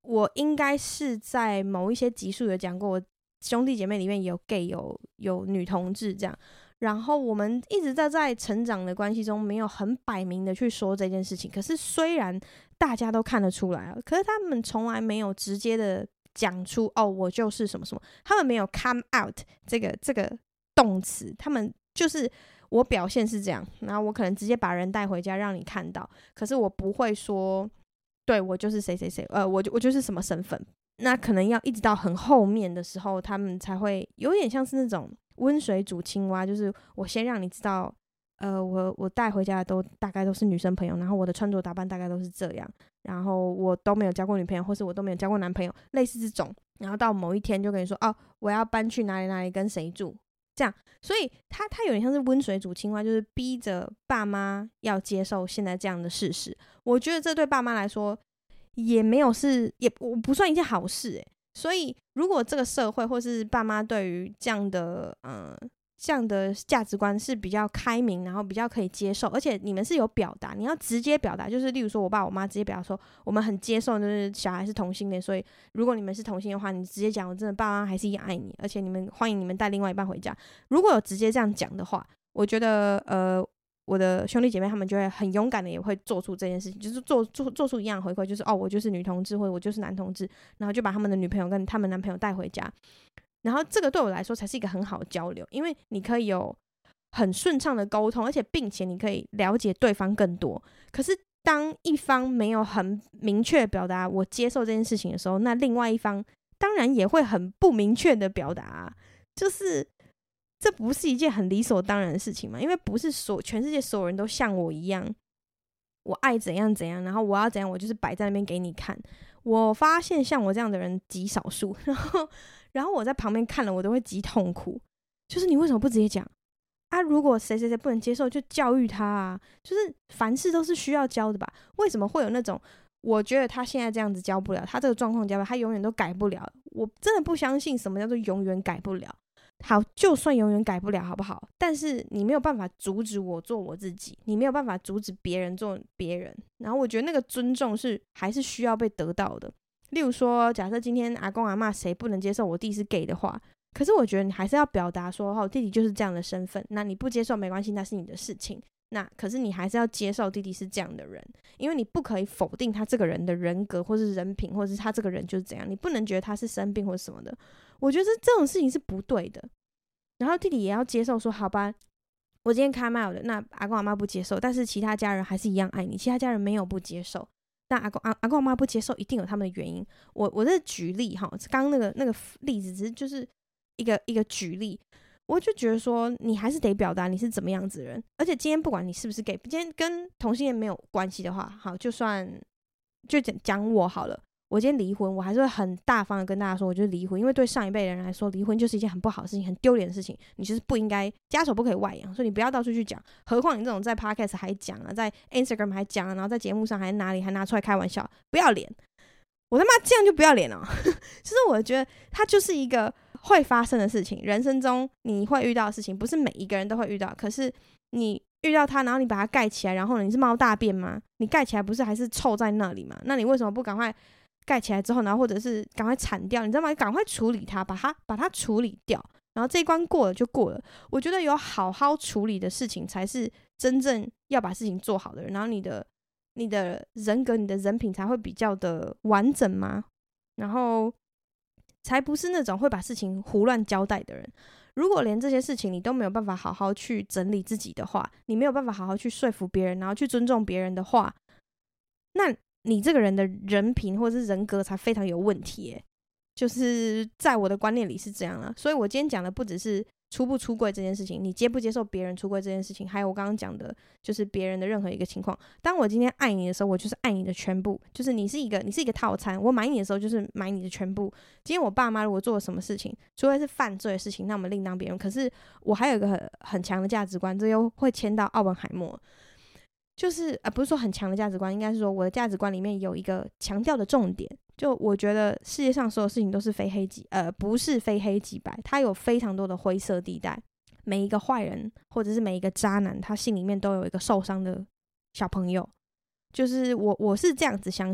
我应该是在某一些集数有讲过，我兄弟姐妹里面有 gay 有有女同志这样，然后我们一直在在成长的关系中没有很摆明的去说这件事情，可是虽然大家都看得出来，可是他们从来没有直接的讲出哦我就是什么什么，他们没有 come out 这个这个动词，他们就是我表现是这样，然后我可能直接把人带回家让你看到，可是我不会说对我就是谁谁谁，呃，我我就是什么身份。那可能要一直到很后面的时候，他们才会有点像是那种温水煮青蛙，就是我先让你知道，呃，我我带回家的都大概都是女生朋友，然后我的穿着打扮大概都是这样，然后我都没有交过女朋友，或是我都没有交过男朋友，类似这种。然后到某一天就跟你说，哦，我要搬去哪里哪里跟谁住，这样。所以他他有点像是温水煮青蛙，就是逼着爸妈要接受现在这样的事实。我觉得这对爸妈来说也没有是也不算一件好事欸。所以如果这个社会或是爸妈对于这样的呃这样的价值观是比较开明，然后比较可以接受，而且你们是有表达，你要直接表达，就是例如说我爸我妈直接表达说我们很接受就是小孩是同性恋，所以如果你们是同性的话，你直接讲我真的爸妈还是一样爱你，而且你们欢迎你们带另外一半回家。如果有直接这样讲的话，我觉得呃我的兄弟姐妹他们就会很勇敢的也会做出这件事情，就是做做做出一样的回馈，就是哦我就是女同志或者我就是男同志，然后就把他们的女朋友跟他们男朋友带回家。然后这个对我来说才是一个很好的交流，因为你可以有很顺畅的沟通，而且并且你可以了解对方更多。可是当一方没有很明确表达我接受这件事情的时候，那另外一方当然也会很不明确的表达啊，就是这不是一件很理所当然的事情嘛，因为不是所全世界所有人都像我一样，我爱怎样怎样，然后我要怎样，我就是摆在那边给你看。我发现像我这样的人极少数，然后然后我在旁边看了我都会极痛苦，就是你为什么不直接讲啊？如果谁谁谁不能接受就教育他啊，就是凡事都是需要教的吧？为什么会有那种我觉得他现在这样子教不了，他这个状况教不了，他永远都改不了？我真的不相信什么叫做永远改不了。好，就算永远改不了好不好，但是你没有办法阻止我做我自己，你没有办法阻止别人做别人，然后我觉得那个尊重是还是需要被得到的。例如说假设今天阿公阿嬷谁不能接受我弟是 gay 的话，可是我觉得你还是要表达说哦，弟弟就是这样的身份，那你不接受没关系，那是你的事情，那可是你还是要接受弟弟是这样的人，因为你不可以否定他这个人的人格或是人品，或是他这个人就是怎样，你不能觉得他是生病或什么的，我觉得这种事情是不对的。然后弟弟也要接受说好吧，我今天开麦了，那阿公阿嬷不接受，但是其他家人还是一样爱你，其他家人没有不接受，那阿公阿阿公阿嬷不接受一定有他们的原因。我我这举例哈，刚刚那个那个例子只是就是一个一个举例，我就觉得说你还是得表达你是怎么样子的人，而且今天不管你是不是 gay， 今天跟同性恋没有关系的话，好，就算就讲讲我好了，我今天离婚，我还是会很大方的跟大家说我就是离婚，因为对上一辈的人来说，离婚就是一件很不好的事情，很丢脸的事情，你就是不应该家丑不可以外扬，所以你不要到处去讲，何况你这种在 podcast 还讲啊，在 Instagram 还讲啊，然后在节目上还哪里还拿出来开玩笑，不要脸，我他妈这样就不要脸了。就是我觉得它就是一个会发生的事情，人生中你会遇到的事情，不是每一个人都会遇到，可是你遇到它，然后你把它盖起来，然后呢，你是猫大便吗？你盖起来不是还是臭在那里吗？那你为什么不赶快盖起来之后，然后或者是赶快铲掉，你知道吗？赶快处理它，把它把它处理掉，然后这一关过了就过了。我觉得有好好处理的事情，才是真正要把事情做好的人，然后你的你的人格、你的人品才会比较的完整嘛，然后才不是那种会把事情胡乱交代的人。如果连这些事情你都没有办法好好去整理自己的话，你没有办法好好去说服别人，然后去尊重别人的话，那你这个人的人品或者是人格才非常有问题耶，就是在我的观念里是这样啦。所以我今天讲的不只是出不出柜这件事情，你接不接受别人出柜这件事情，还有我刚刚讲的就是别人的任何一个情况。当我今天爱你的时候，我就是爱你的全部，就是你是一个你是一个套餐，我买你的时候就是买你的全部。今天我爸妈如果做了什么事情，除非是犯罪的事情，那我们另当别论，可是我还有一个很很强的价值观，这又会牵到奥本海默，就是呃，不是说很强的价值观，应该是说我的价值观里面有一个强调的重点，就我觉得世界上所有事情都是非黑即呃不是非黑即白，它有非常多的灰色地带。每一个坏人或者是每一个渣男，他心里面都有一个受伤的小朋友，就是我我是这样子相信。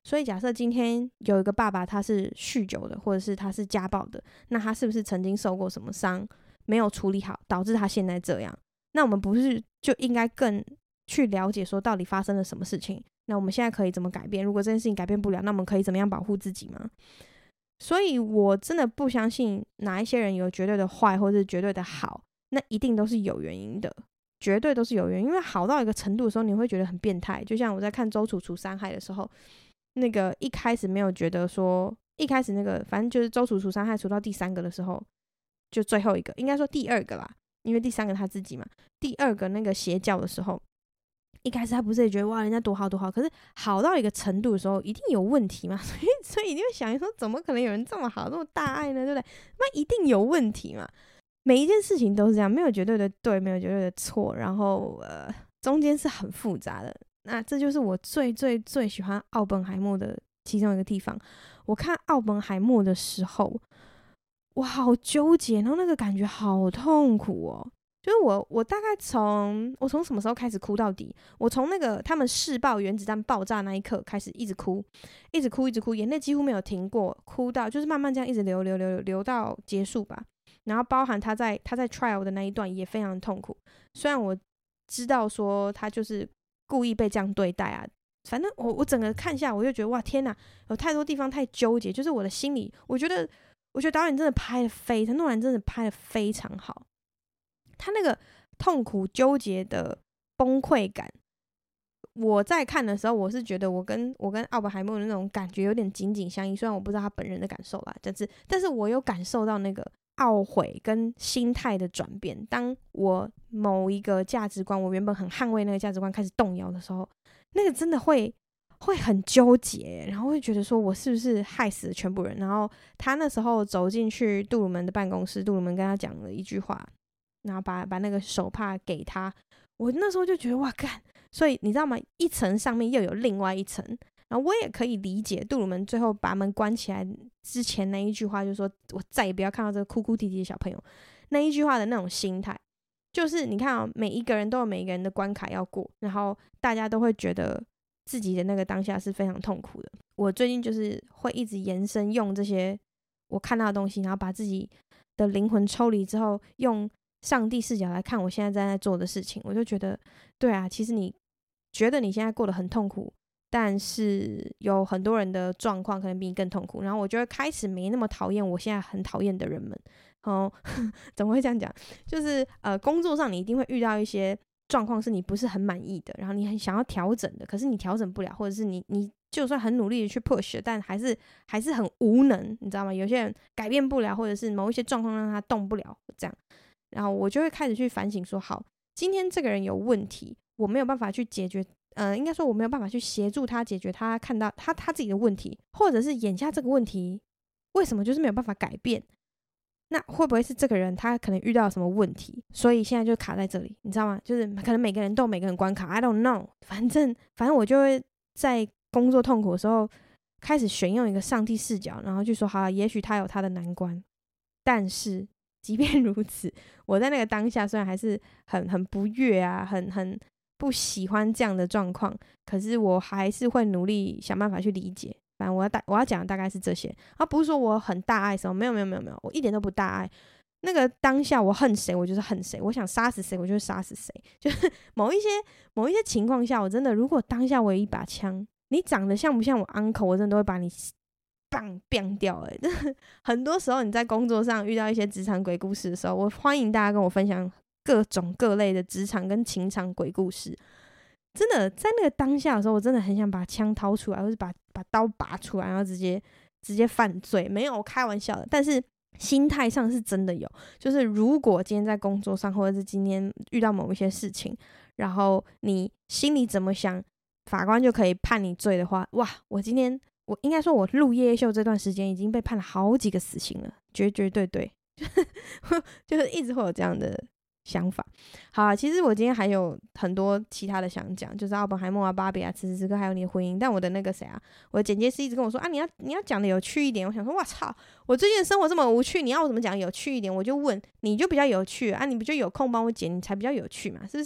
所以假设今天有一个爸爸他是酗酒的，或者是他是家暴的，那他是不是曾经受过什么伤没有处理好，导致他现在这样？那我们不是就应该更去了解说到底发生了什么事情，那我们现在可以怎么改变？如果这件事情改变不了，那我们可以怎么样保护自己吗？所以我真的不相信哪一些人有绝对的坏或是绝对的好，那一定都是有原因的，绝对都是有原因。因为好到一个程度的时候，你会觉得很变态。就像我在看周楚除三害的时候，那个一开始没有觉得说，一开始那个反正就是周楚除三害除到第三个的时候，就最后一个，应该说第二个啦，因为第三个他自己嘛，第二个那个邪教的时候，一开始他不是也觉得哇人家多好多好，可是好到一个程度的时候一定有问题嘛，所以所以你会想说怎么可能有人这么好这么大爱呢，对不对？那一定有问题嘛。每一件事情都是这样，没有绝对的对，没有绝对的错，然后呃中间是很复杂的。那这就是我最最最喜欢奥本海默的其中一个地方。我看奥本海默的时候我好纠结，然后那个感觉好痛苦哦。就是我我大概从我从什么时候开始哭到底？我从那个他们试爆原子弹爆炸那一刻开始，一直哭，一直哭，一直哭，眼泪几乎没有停过，哭到就是慢慢这样一直流流流流流到结束吧。然后包含他在他在 trial 的那一段也非常痛苦。虽然我知道说他就是故意被这样对待啊，反正我我整个看下来我就觉得哇天哪，有太多地方太纠结，就是我的心里，我觉得我觉得导演真的拍的非常，诺兰真的拍的非常好。他那个痛苦纠结的崩溃感，我在看的时候我是觉得我跟我跟奥本海默的那种感觉有点紧紧相依，虽然我不知道他本人的感受啦，但是但是我有感受到那个懊悔跟心态的转变。当我某一个价值观，我原本很捍卫那个价值观开始动摇的时候，那个真的会会很纠结，然后会觉得说我是不是害死了全部人。然后他那时候走进去杜鲁门的办公室，杜鲁门跟他讲了一句话，然后把把那个手帕给他，我那时候就觉得哇干，所以你知道吗？一层上面又有另外一层。然后我也可以理解杜鲁门最后把门关起来之前那一句话，就是说我再也不要看到这个哭哭啼啼的小朋友，那一句话的那种心态。就是你看哦，每一个人都有每一个人的关卡要过，然后大家都会觉得自己的那个当下是非常痛苦的。我最近就是会一直延伸用这些我看到的东西，然后把自己的灵魂抽离之后，用上帝视角来看我现在正在做的事情，我就觉得对啊，其实你觉得你现在过得很痛苦，但是有很多人的状况可能比你更痛苦，然后我就会开始没那么讨厌我现在很讨厌的人们。哦，怎么会这样讲？就是呃，工作上你一定会遇到一些状况是你不是很满意的，然后你很想要调整的，可是你调整不了，或者是你你就算很努力的去 push， 但还是还是很无能，你知道吗？有些人改变不了，或者是某一些状况让他动不了，这样，然后我就会开始去反省说，好，今天这个人有问题，我没有办法去解决。呃，应该说我没有办法去协助他解决他看到他他自己的问题，或者是眼下这个问题为什么就是没有办法改变？那会不会是这个人他可能遇到什么问题，所以现在就卡在这里，你知道吗？就是可能每个人都有每个人关卡 ，I don't know， 反正反正我就会在工作痛苦的时候开始选用一个上帝视角，然后就说好了，也许他有他的难关，但是即便如此，我在那个当下虽然还是很很不悦啊，很很不喜欢这样的状况，可是我还是会努力想办法去理解。反正我要大我要讲的大概是这些，而不是说我很大爱什么，没有没有没有没有，我一点都不大爱。那个当下我恨谁，我就是恨谁；我想杀死谁，我就杀死谁。就是某一些某一些情况下，我真的如果当下我有一把枪，你长得像不像我 uncle， 我真的都会把你棒棒掉。哎、欸，很多时候你在工作上遇到一些职场鬼故事的时候，我欢迎大家跟我分享各种各类的职场跟情场鬼故事。真的在那个当下的时候，我真的很想把枪掏出来，或是把把刀拔出来，然后直接直接犯罪。没有开玩笑的，但是心态上是真的有。就是如果今天在工作上，或者是今天遇到某一些事情，然后你心里怎么想，法官就可以判你罪的话，哇！我今天我应该说，我录夜夜秀这段时间已经被判了好几个死刑了，绝绝对对，就是一直会有这样的想法。好啊，其实我今天还有很多其他的想讲，就是奥本海默啊、芭比啊、此时此刻还有你的婚姻。但我的那个谁啊，我的剪接师一直跟我说啊，你要你要讲的有趣一点。我想说，哇操，我最近的生活这么无趣，你要我怎么讲有趣一点？我就问，你就比较有趣啊，你不就有空帮我剪，你才比较有趣嘛，是不是？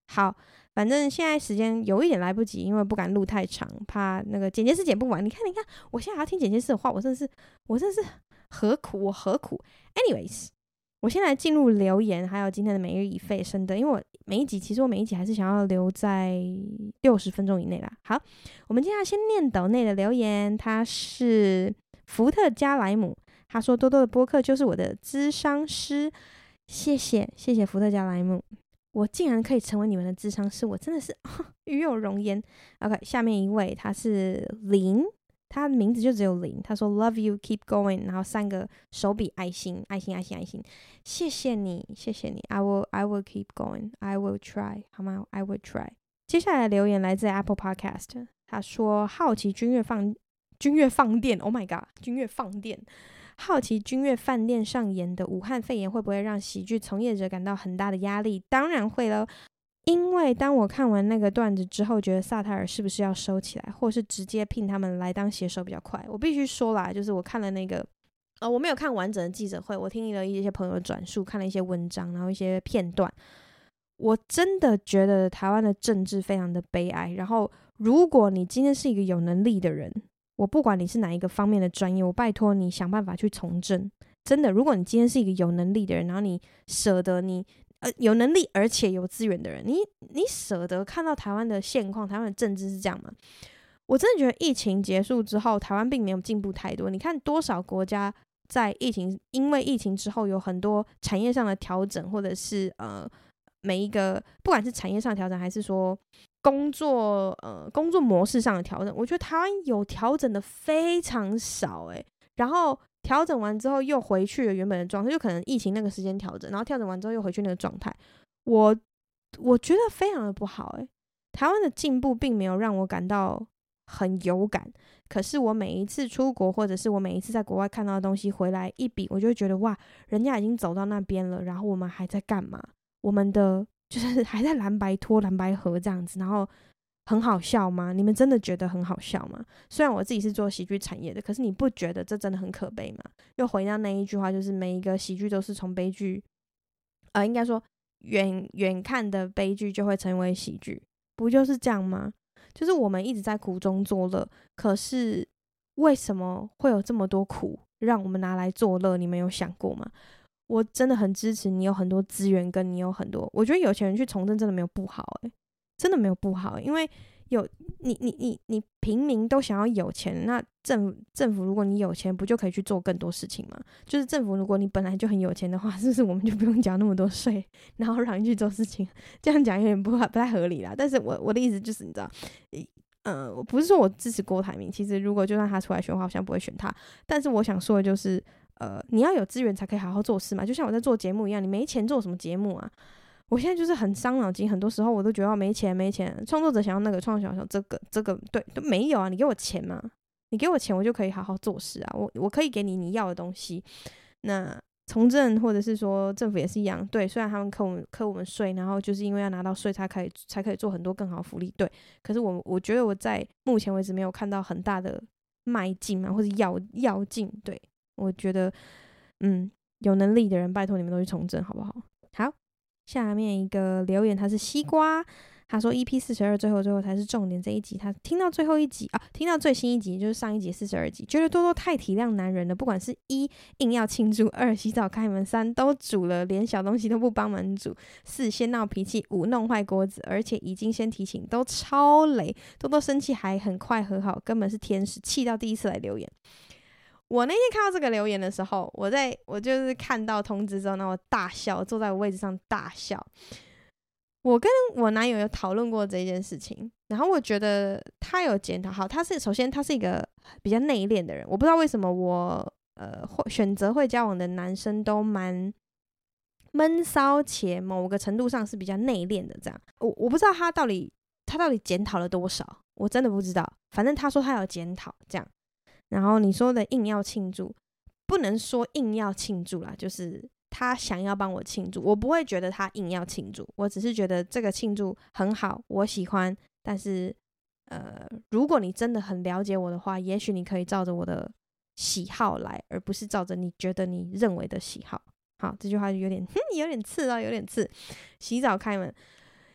好，反正现在时间有一点来不及，因为不敢录太长，怕那个剪接师剪不完。你看，你看，我现在还要听剪接师的话，我真的是，我真的是何苦，我何苦 ？Anyways， 我先来进入留言，还有今天的每日一费生的，因为我每一集其实我每一集还是想要留在六十分钟以内啦。好，我们接下来先念斗内的留言，他是福特加莱姆，他说多多的播客就是我的諮商师，谢谢谢谢福特加莱姆。我竟然可以成为你们的諮商师，我真的是与有荣焉。OK， 下面一位他是林，他的名字就只有林。他说 Love you, keep going， 然后三个手比爱心，爱心，爱心，爱心。谢谢你，谢谢你。I will, I will keep going. I will try， 好吗 ？I will try。接下来留言来自 Apple Podcast， 他说好奇君悦放君悦放电 ，Oh my god， 君悦放电。好奇君悦饭店上演的武汉肺炎会不会让喜剧从业者感到很大的压力？当然会了，因为当我看完那个段子之后，觉得萨泰尔是不是要收起来，或是直接聘他们来当写手比较快。我必须说啦，就是我看了那个呃，我没有看完整的记者会，我听了一些朋友的转述，看了一些文章，然后一些片段，我真的觉得台湾的政治非常的悲哀。然后如果你今天是一个有能力的人，我不管你是哪一个方面的专业，我拜托你想办法去从政。真的，如果你今天是一个有能力的人，然后你舍得你呃有能力而且有资源的人，你你舍得看到台湾的现况，台湾的政治是这样吗？我真的觉得疫情结束之后，台湾并没有进步太多。你看多少国家在疫情因为疫情之后有很多产业上的调整，或者是呃每一个不管是产业上的调整，还是说工作呃工作模式上的调整，我觉得台湾有调整的非常少诶、欸。然后调整完之后又回去了原本的状态，就可能疫情那个时间调整，然后调整完之后又回去那个状态。我我觉得非常的不好诶、欸。台湾的进步并没有让我感到很有感，可是我每一次出国，或者是我每一次在国外看到的东西回来一比，我就会觉得哇，人家已经走到那边了，然后我们还在干嘛？我们的就是还在蓝白拖蓝白合这样子，然后很好笑吗？你们真的觉得很好笑吗？虽然我自己是做喜剧产业的，可是你不觉得这真的很可悲吗？又回到那一句话，就是每一个喜剧都是从悲剧呃，应该说远远看的悲剧就会成为喜剧，不就是这样吗？就是我们一直在苦中作乐，可是为什么会有这么多苦让我们拿来作乐？你们有想过吗？我真的很支持你有很多资源，跟你有很多，我觉得有钱人去从政真的没有不好欸，真的没有不好欸，因为有你你你你平民都想要有钱，那政府政府如果你有钱，不就可以去做更多事情吗？就是政府如果你本来就很有钱的话，是不是我们就不用缴那么多税，然后让你去做事情？这样讲有点不不太合理啦。但是我我的意思就是你知道，呃，我不是说我支持郭台铭，其实如果就算他出来选的话，我现在不会选他。但是我想说的就是，呃，你要有资源才可以好好做事嘛，就像我在做节目一样，你没钱做什么节目啊？我现在就是很伤脑筋，很多时候我都觉得没钱没钱，创作者想要那个，创作者想要这个这个，对，都没有啊！你给我钱嘛，你给我钱，我就可以好好做事啊，我我可以给你你要的东西。那从政或者是说政府也是一样，对，虽然他们扣我们扣我们税，然后就是因为要拿到税才可以才可以做很多更好的福利，对。可是我我觉得我在目前为止没有看到很大的迈进嘛，或者要要进，对，我觉得嗯，有能力的人拜托你们都去从政好不好？好。下面一个留言，他是西瓜，他说 E P 四十二最后最后才是重点，这一集他听到最后一集啊，听到最新一集就是上一集四十二集，觉得多多太体谅男人了，不管是一硬要庆祝，二洗澡开门，三都煮了连小东西都不帮忙煮，四先闹脾气，五弄坏锅子，而且已经先提醒，都超雷，多多生气还很快和好，根本是天使，气到第一次来留言。我那天看到这个留言的时候，我在我就是看到通知之后，那我大笑，坐在我位置上大笑。我跟我男友有讨论过这件事情，然后我觉得他有检讨好，他是首先他是一个比较内敛的人，我不知道为什么我呃选择会交往的男生都蛮闷骚且某个程度上是比较内敛的这样。我我不知道他到底他到底检讨了多少，我真的不知道。反正他说他有检讨这样。然后你说的硬要庆祝，不能说硬要庆祝啦，就是他想要帮我庆祝，我不会觉得他硬要庆祝，我只是觉得这个庆祝很好，我喜欢。但是呃，如果你真的很了解我的话，也许你可以照着我的喜好来，而不是照着你觉得你认为的喜好。好，这句话有点有点刺哦，有点刺。洗澡开门，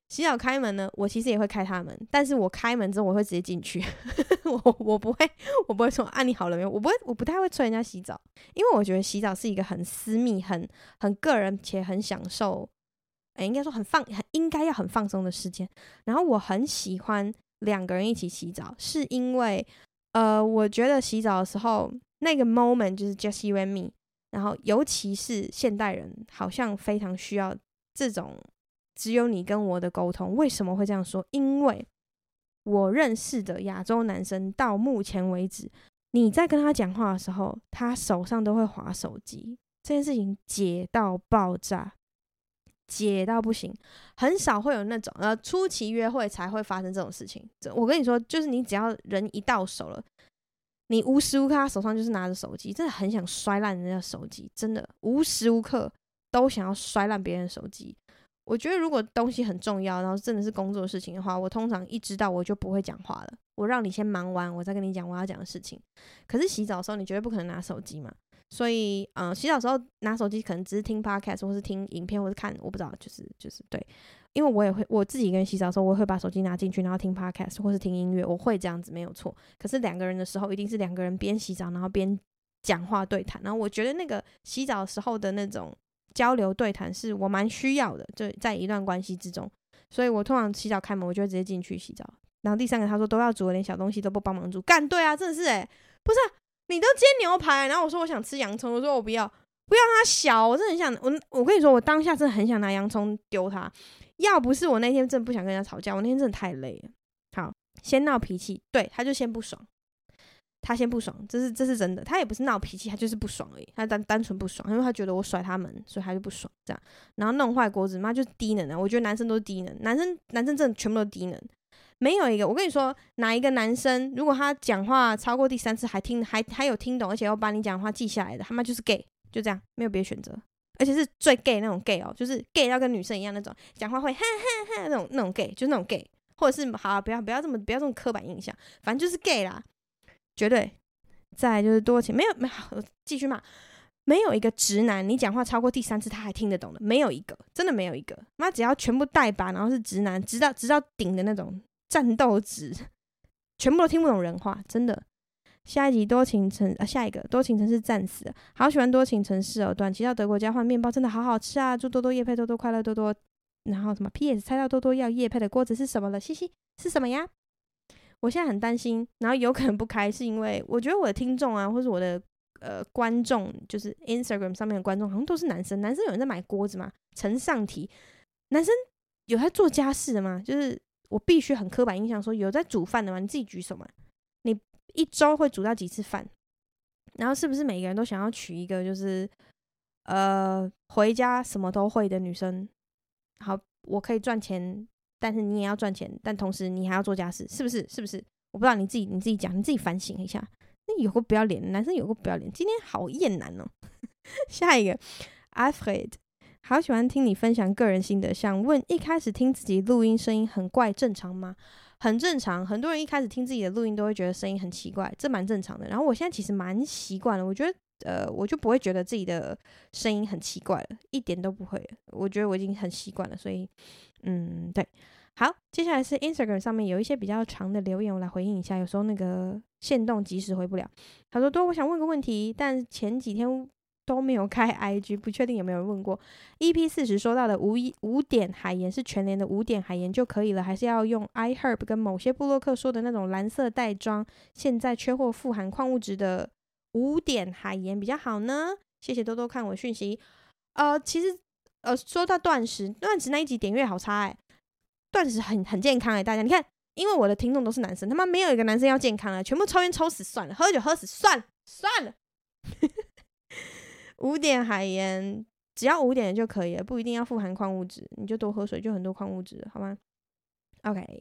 洗澡开门呢，我其实也会开他门，但是我开门之后我会直接进去，我我不会我不会说啊你好了没有，我不会我不太会催人家洗澡，因为我觉得洗澡是一个很私密、很很个人且很享受，欸、应该说很放很应该要很放松的时间。然后我很喜欢两个人一起洗澡，是因为呃，我觉得洗澡的时候那个 moment 就是 just you and me， 然后尤其是现代人好像非常需要这种。只有你跟我的沟通，为什么会这样说？因为我认识的亚洲男生到目前为止，你在跟他讲话的时候，他手上都会滑手机，这件事情解到爆炸，解到不行，很少会有那种呃初期约会才会发生这种事情。我跟你说，就是你只要人一到手了，你无时无刻他手上就是拿着手机，真的很想摔烂人家的手机，真的无时无刻都想要摔烂别人的手机。我觉得如果东西很重要，然后真的是工作的事情的话，我通常一知道我就不会讲话了，我让你先忙完，我再跟你讲我要讲的事情。可是洗澡的时候，你绝对不可能拿手机嘛，所以嗯，洗澡的时候拿手机可能只是听 podcast 或是听影片或是看，我不知道，就是就是对，因为我也会我自己一个人洗澡的时候，我会把手机拿进去，然后听 podcast 或是听音乐，我会这样子没有错。可是两个人的时候，一定是两个人边洗澡然后边讲话对谈，然后我觉得那个洗澡的时候的那种交流对谈是我蛮需要的，就在一段关系之中，所以我通常洗澡开门，我就会直接进去洗澡。然后第三个他说都要煮，连小东西都不帮忙煮，干对啊，真的是哎、欸，不是、啊、你都煎牛排，然后我说我想吃洋葱，我说我不要，不要它小，我真的很想我我跟你说，我当下真的很想拿洋葱丢他，要不是我那天真的不想跟人家吵架，我那天真的太累了。好，先闹脾气，对，他就先不爽。他先不爽，这是这是真的，他也不是闹脾气，他就是不爽而已，他单单纯不爽，因为他觉得我甩他门，所以他就不爽这样，然后弄坏锅子，妈就是低能啊！我觉得男生都是低能，男生男生真的全部都低能，没有一个，我跟你说，哪一个男生如果他讲话超过第三次还听还还有听懂，而且要把你讲话记下来的，他妈就是 gay， 就这样，没有别的选择，而且是最 gay 那种 gay 哦，就是 gay 要跟女生一样那种，讲话会哈哈哈那种那种 gay， 就是那种 gay， 或者是好、啊、不要不要这么不要这么刻板印象，反正就是 gay 啦。绝对，再来就是多情，没有没有，继续骂，没有一个直男，你讲话超过第三次他还听得懂的，没有一个，真的没有一个。妈，只要全部带把，然后是直男，直到直到顶的那种战斗值，全部都听不懂人话，真的。下一集多情城、啊，下一个多情城市战死了，好喜欢多情城市哦。短期到德国交换面包真的好好吃啊！祝多多业配多多快乐多多。然后什么 P S 猜到多多要业配的锅子是什么了？嘻嘻，是什么呀？我现在很担心，然后有可能不开，是因为我觉得我的听众啊，或是我的呃观众，就是 Instagram 上面的观众，好像都是男生。男生有人在买锅子吗？呈上题，男生有在做家事的吗？就是我必须很刻板印象说有在煮饭的吗？你自己举手嘛。你一周会煮到几次饭？然后是不是每个人都想要娶一个就是呃回家什么都会的女生？好，我可以赚钱。但是你也要赚钱，但同时你还要做家事，是不是？是不是？我不知道，你自己你自己讲，你自己反省一下。那有个不要脸，男生有个不要脸，今天好厌男哦。下一个 Alfred， 好喜欢听你分享个人心得，想问一开始听自己录音声音很怪，正常吗？很正常，很多人一开始听自己的录音都会觉得声音很奇怪，这蛮正常的。然后我现在其实蛮习惯了，我觉得呃，我就不会觉得自己的声音很奇怪了，一点都不会了。我觉得我已经很习惯了，所以嗯，对。好，接下来是 Instagram 上面有一些比较长的留言，我来回应一下。有时候那个限动及时回不了。他说：“多，我想问个问题，但前几天都没有开 I G， 不确定有没有人问过。E P 四十说到的五五点海盐是全联的五点海盐就可以了，还是要用 iHerb 跟某些部落客说的那种蓝色袋装，现在缺货富含矿物质的五点海盐比较好呢？谢谢多多看我讯息。呃，其实呃，说到断食，断食那一集点阅好差哎、欸。”断食很很健康哎、欸，大家你看，因为我的听众都是男生，他妈没有一个男生要健康了，全部抽烟抽死算了，喝酒喝死算了算了。五点海盐只要五点就可以了，不一定要富含矿物质，你就多喝水，就很多矿物质，好吗 ？OK，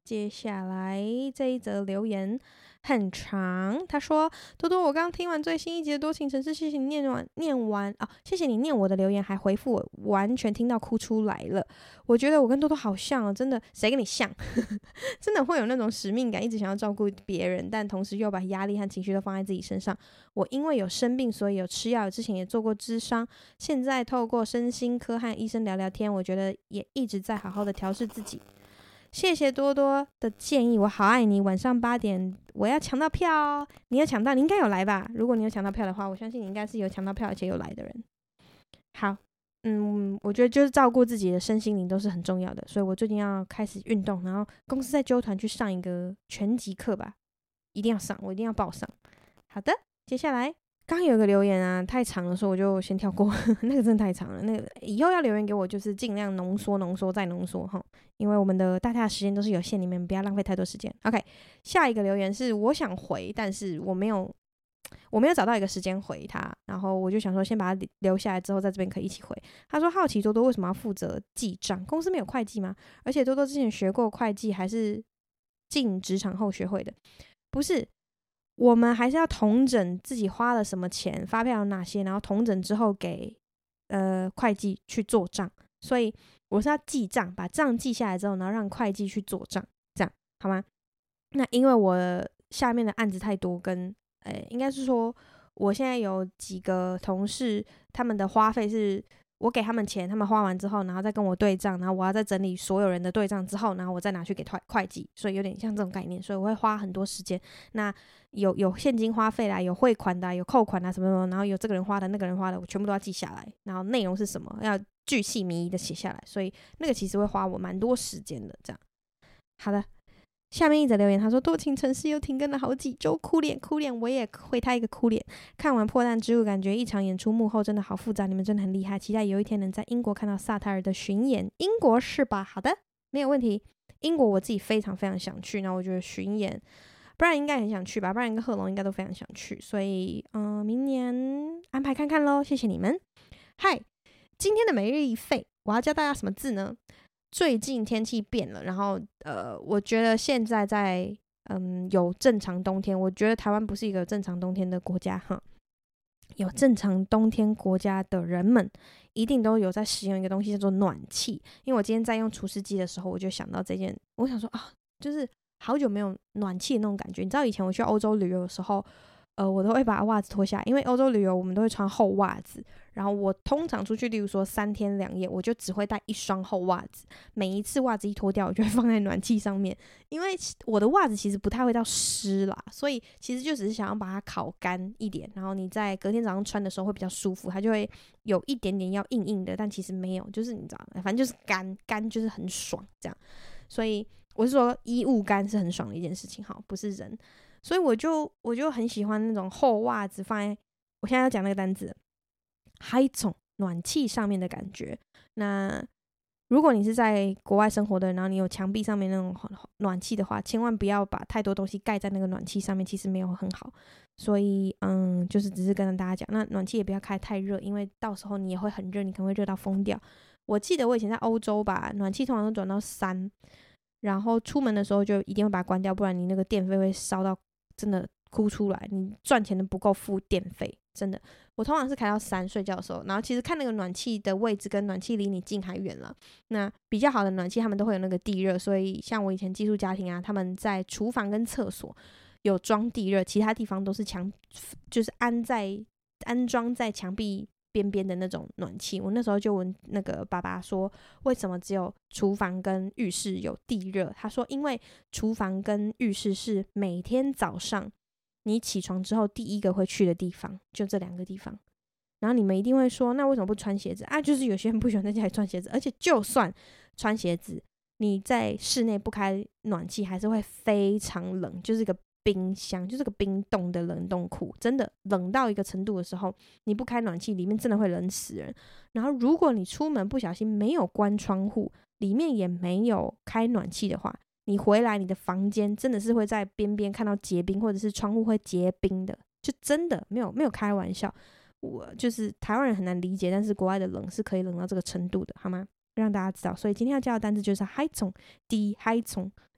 接下来这一则留言很长，他说：多多，我刚听完最新一集的多情城市，谢谢你念完念完啊，谢谢你念我的留言，还回复我，完全听到哭出来了。我觉得我跟多多好像哦，真的，谁跟你像？真的会有那种使命感，一直想要照顾别人，但同时又把压力和情绪都放在自己身上。我因为有生病，所以有吃药，之前也做过諮商，现在透过身心科和医生聊聊天，我觉得也一直在好好的调试自己。谢谢多多的建议，我好爱你。晚上八点我要抢到票哦，你有抢到，你应该有来吧？如果你有抢到票的话，我相信你应该是有抢到票而且有来的人。好，嗯，我觉得就是照顾自己的身心灵都是很重要的，所以我最近要开始运动，然后公司在揪团去上一个拳击课吧，一定要上，我一定要报上。好的，接下来。刚有一个留言啊，太长了，所以我就先跳过。那个真的太长了，那个以后要留言给我，就是尽量浓缩、浓缩再浓缩哈，因为我们的大家的时间都是有限，你们不要浪费太多时间。OK， 下一个留言是我想回，但是我没有，我没有找到一个时间回他，然后我就想说先把它留下来，之后在这边可以一起回。他说好奇多多为什么要负责记账，公司没有会计吗？而且多多之前学过会计，还是进职场后学会的，不是。我们还是要统整自己花了什么钱，发票有哪些，然后统整之后给呃会计去做账。所以我是要记账，把账记下来之后，然后让会计去做账，这样好吗？那因为我下面的案子太多，跟呃应该是说我现在有几个同事，他们的花费是我给他们钱，他们花完之后，然后再跟我对账，然后我要再整理所有人的对账之后，然后我再拿去给会计，所以有点像这种概念，所以我会花很多时间。那有有现金花费啦，有汇款的、啊，有扣款啊什么什么，然后有这个人花的、那个人花的，我全部都要记下来，然后内容是什么，要巨细靡遗的写下来，所以那个其实会花我蛮多时间的。这样，好的。下面一则留言，他说多情城市又停更了好几周，哭脸哭脸，我也回他一个哭脸。看完破烂之物，感觉一场演出幕后真的好复杂，你们真的很厉害，期待有一天能在英国看到萨泰尔的巡演。英国是吧？好的，没有问题。英国我自己非常非常想去，那我觉得巡演，不然应该很想去吧，不然跟贺龙应该都非常想去，所以嗯、呃，明年安排看看咯，谢谢你们。嗨，今天的每日一废，我要教大家什么字呢？最近天气变了，然后呃，我觉得现在在嗯有正常冬天，我觉得台湾不是一个正常冬天的国家哈。有正常冬天国家的人们，一定都有在使用一个东西叫做暖气。因为我今天在用除湿机的时候，我就想到这件，我想说啊，就是好久没有暖气的那种感觉。你知道以前我去欧洲旅游的时候，呃，我都会把袜子脱下来，因为欧洲旅游我们都会穿厚袜子。然后我通常出去，例如说三天两夜，我就只会带一双厚袜子。每一次袜子一脱掉，我就会放在暖气上面，因为我的袜子其实不太会到湿啦，所以其实就只是想要把它烤干一点，然后你在隔天早上穿的时候会比较舒服，它就会有一点点要硬硬的，但其实没有，就是你知道，反正就是干干就是很爽这样。所以我是说衣物干是很爽的一件事情，好，不是人。所以我就我就很喜欢那种厚袜子放在，我现在要讲那个单字。海种暖气上面的感觉。那如果你是在国外生活的，然后你有墙壁上面那种暖气的话，千万不要把太多东西盖在那个暖气上面，其实没有很好。所以嗯，就是只是跟大家讲，那暖气也不要开太热，因为到时候你也会很热，你可能会热到疯掉。我记得我以前在欧洲吧，暖气通常都转到三，然后出门的时候就一定会把它关掉，不然你那个电费会烧到真的哭出来，你赚钱的不够付电费，真的。我通常是开到三睡觉的时候，然后其实看那个暖气的位置跟暖气离你近还远了。那比较好的暖气他们都会有那个地热，所以像我以前寄宿家庭啊，他们在厨房跟厕所有装地热，其他地方都是墙，就是安在安装在墙壁边边的那种暖气。我那时候就问那个爸爸说，为什么只有厨房跟浴室有地热？他说，因为厨房跟浴室是每天早上你起床之后第一个会去的地方，就这两个地方。然后你们一定会说，那为什么不穿鞋子啊？就是有些人不喜欢在家里穿鞋子，而且就算穿鞋子，你在室内不开暖气还是会非常冷，就是一个冰箱，就是个冰冻的冷冻库，真的冷到一个程度的时候，你不开暖气，里面真的会冷死人。然后如果你出门不小心没有关窗户，里面也没有开暖气的话，你回来你的房间真的是会在边边看到结冰，或者是窗户会结冰的，就真的没有没有开玩笑。我就是台湾人很难理解，但是国外的冷是可以冷到这个程度的，好吗？让大家知道。所以今天要教的单字就是海虫，低海虫，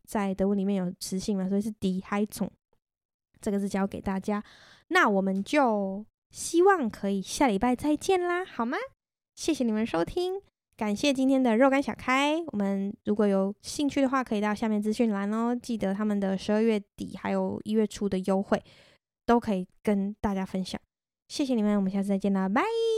在德文里面有词性嘛，所以是 die Heizung， 这个是教给大家。那我们就希望可以下礼拜再见啦，好吗？谢谢你们收听，感谢今天的肉干小开。我们如果有兴趣的话，可以到下面资讯栏哦，记得他们的十二月底还有一月初的优惠都可以跟大家分享。谢谢你们，我们下次再见啦，拜。